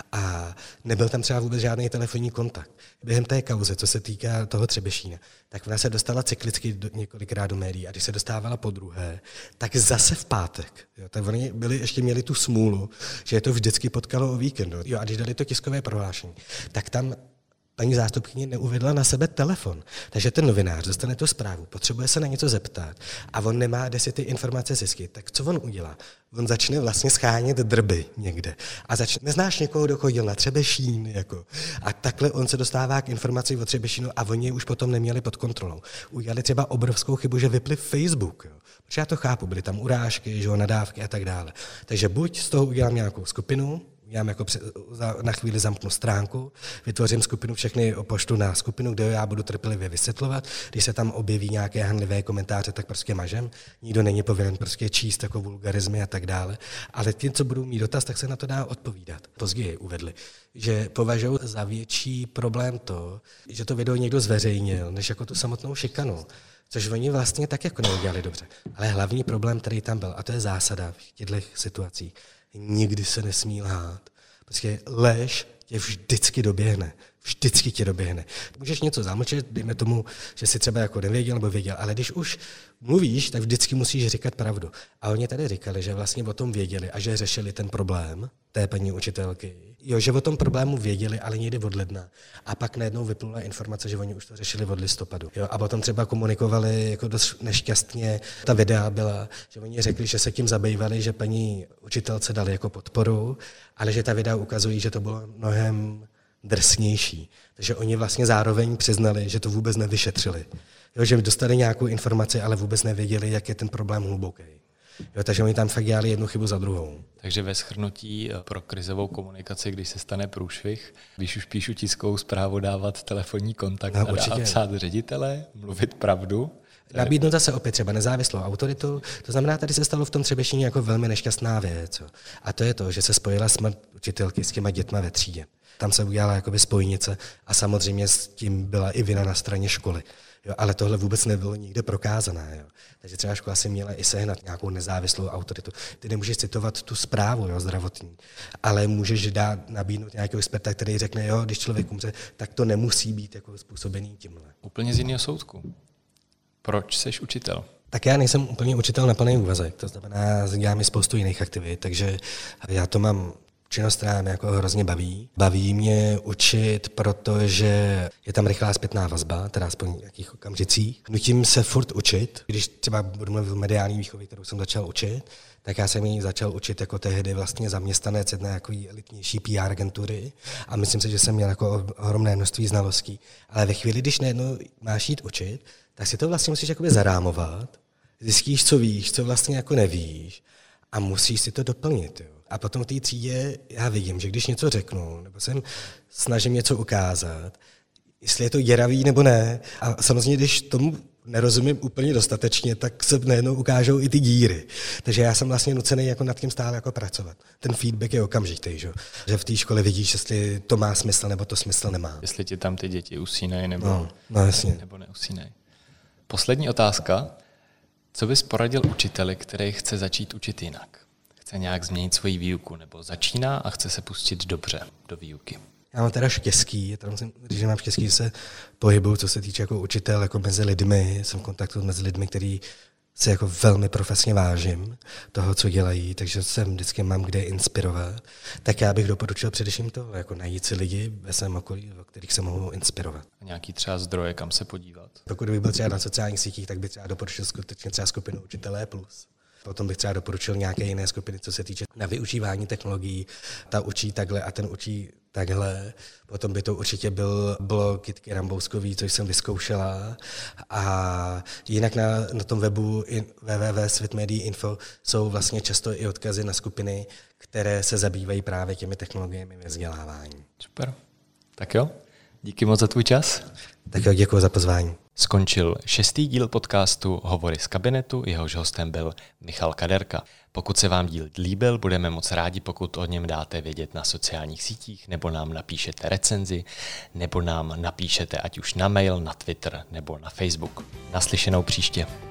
A nebyl tam třeba vůbec žádný telefonní kontakt. Během té kauzy, co se týká toho Třebešína, tak ona se dostala cyklicky několikrát do médií a když se dostávala podruhé, tak zase v pátek. Jo. Tak oni ještě měli tu smůlu, že je to vždycky potkalo o víkendu. Jo, a když dali to tiskové prohlášení, tak tam paní zástupkyně neuvedla na sebe telefon. Takže ten novinář dostane tu zprávu, potřebuje se na něco zeptat a on nemá, kde si ty informace zjistit. Tak co on udělá? On začne vlastně schánět drby někde. A neznáš někoho, kdo chodil na Třebešín? Jako. A takhle on se dostává k informaci o Třebešínu a oni je už potom neměli pod kontrolou. Udělali třeba obrovskou chybu, že vypli Facebook. Jo. Protože já to chápu, byly tam urážky, že, nadávky a tak dále. Takže buď z toho udělám nějakou skupinu, já jako na chvíli zamknu stránku, vytvořím skupinu, všechny pošlu na skupinu, kde já budu trpělivě vysvětlovat. Když se tam objeví nějaké hanlivé komentáře, tak prostě mažem. Nikdo není povinen prostě číst jako vulgarizmy a tak dále. Ale ti, co budou mít dotaz, tak se na to dá odpovídat. Později uvedli, že považují za větší problém to, že to video někdo zveřejnil, než jako tu samotnou šikanu. Což oni vlastně tak jako neudělali dobře. Ale hlavní problém, který tam byl, a to je zásada v těchto situacích, nikdy se nesmí lhát. Prostě lež tě vždycky doběhne. Vždycky tě doběhne. Můžeš něco zamlčet, dejme tomu, že jsi třeba jako nevěděl nebo věděl, ale když už mluvíš, tak vždycky musíš říkat pravdu. A oni tady říkali, že vlastně o tom věděli a že řešili ten problém té paní učitelky. Jo, že o tom problému věděli, ale někdy od ledna. A pak najednou vyplula informace, že oni už to řešili od listopadu. Jo, a potom třeba komunikovali jako dost nešťastně. Ta videa byla, že oni řekli, že se tím zabývali, že paní učitelce dali jako podporu, ale že ta videa ukazují, že to bylo mnohem drsnější. Takže oni vlastně zároveň přiznali, že to vůbec nevyšetřili. Jo, že dostali nějakou informaci, ale vůbec nevěděli, jak je ten problém hluboký. Jo, takže oni tam fakt dělali jednu chybu za druhou. Takže ve shrnutí pro krizovou komunikaci, když se stane průšvih, když už píšu tiskovou zprávu, dávat telefonní kontakt a psát ředitele, mluvit pravdu. Nabídnout zase opět třeba nezávislou autoritu, to znamená, tady se stalo v tom Třebešíně jako velmi nešťastná věc. A to je to, že se spojila smrt učitelky s těma dětma ve třídě. Tam se udělala jakoby spojnice a samozřejmě s tím byla i vina na straně školy. Jo, ale tohle vůbec nebylo nikde prokázané. Jo. Takže třeba škola si měla i sehnat nějakou nezávislou autoritu. Ty nemůžeš citovat tu zprávu, jo, zdravotní, ale můžeš nabídnout nějakého experta, který řekne, jo, když člověk umře, tak to nemusí být jako způsobený tímhle. Úplně z jiného soudku. Proč seš učitel? Tak já nejsem úplně učitel na plný úvazek, to znamená, dělám i spoustu jiných aktivit, takže já to mám činnost, která mě jako hrozně baví. Baví mě učit, protože je tam rychlá zpětná vazba, teda aspoň v nějakých okamžicích. Nutím se furt učit. Když třeba budu mluvit o mediální výchově, kterou jsem začal učit, tak já jsem ji začal učit jako tehdy vlastně zaměstnanec jedné jako elitnější PR agentury a myslím si, že jsem měl jako ohromné množství znalostí. Ale ve chvíli, když najednou máš jít učit, tak si to vlastně musíš jakoby zarámovat, zjistíš, co víš, co vlastně jako nevíš a musíš si to doplnit. Jo. A potom v té třídě já vidím, že když něco řeknu, nebo jsem snažím něco ukázat, jestli je to děravý nebo ne. A samozřejmě, když tomu nerozumím úplně dostatečně, tak se najednou ukážou i ty díry. Takže já jsem vlastně nucený jako nad tím stále jako pracovat. Ten feedback je okamžitý, že v té škole vidíš, jestli to má smysl nebo to smysl nemá. Jestli ti tam ty děti usínají nebo neusínají. Poslední otázka. Co bys poradil učiteli, který chce začít učit jinak? Chce nějak změnit svoji výuku nebo začíná a chce se pustit dobře do výuky? Já mám teda štěstí, když mám štěstí, že se pohybuju, co se týče jako učitel, jako mezi lidmi, jsem v kontaktu mezi lidmi, který se jako velmi profesně vážím toho, co dělají, takže jsem vždycky mám kde inspirovat. Tak já bych doporučil především to, jako najít si lidi ve svém okolí, o kterých se mohou inspirovat. A nějaký třeba zdroje, kam se podívat? Pokud bych byl třeba na sociálních sítích, tak bych třeba doporučil skutečně třeba skupinu Učitelé plus. Potom bych třeba doporučil nějaké jiné skupiny, co se týče na využívání technologií. Ta učí takhle a ten učí takhle. Potom by to určitě byl blog Jitky Rambouskový, což jsem vyzkoušela. A jinak na tom webu www.světmedií.info jsou vlastně často i odkazy na skupiny, které se zabývají právě těmi technologiemi ve vzdělávání. Super. Tak jo, díky moc za tvůj čas. Tak jo, děkuji za pozvání. Skončil 6. díl podcastu Hovory z kabinetu, jehož hostem byl Michal Kaderka. Pokud se vám díl líbil, budeme moc rádi, pokud o něm dáte vědět na sociálních sítích, nebo nám napíšete recenzi, nebo nám napíšete ať už na mail, na Twitter, nebo na Facebook. Naslyšenou příště.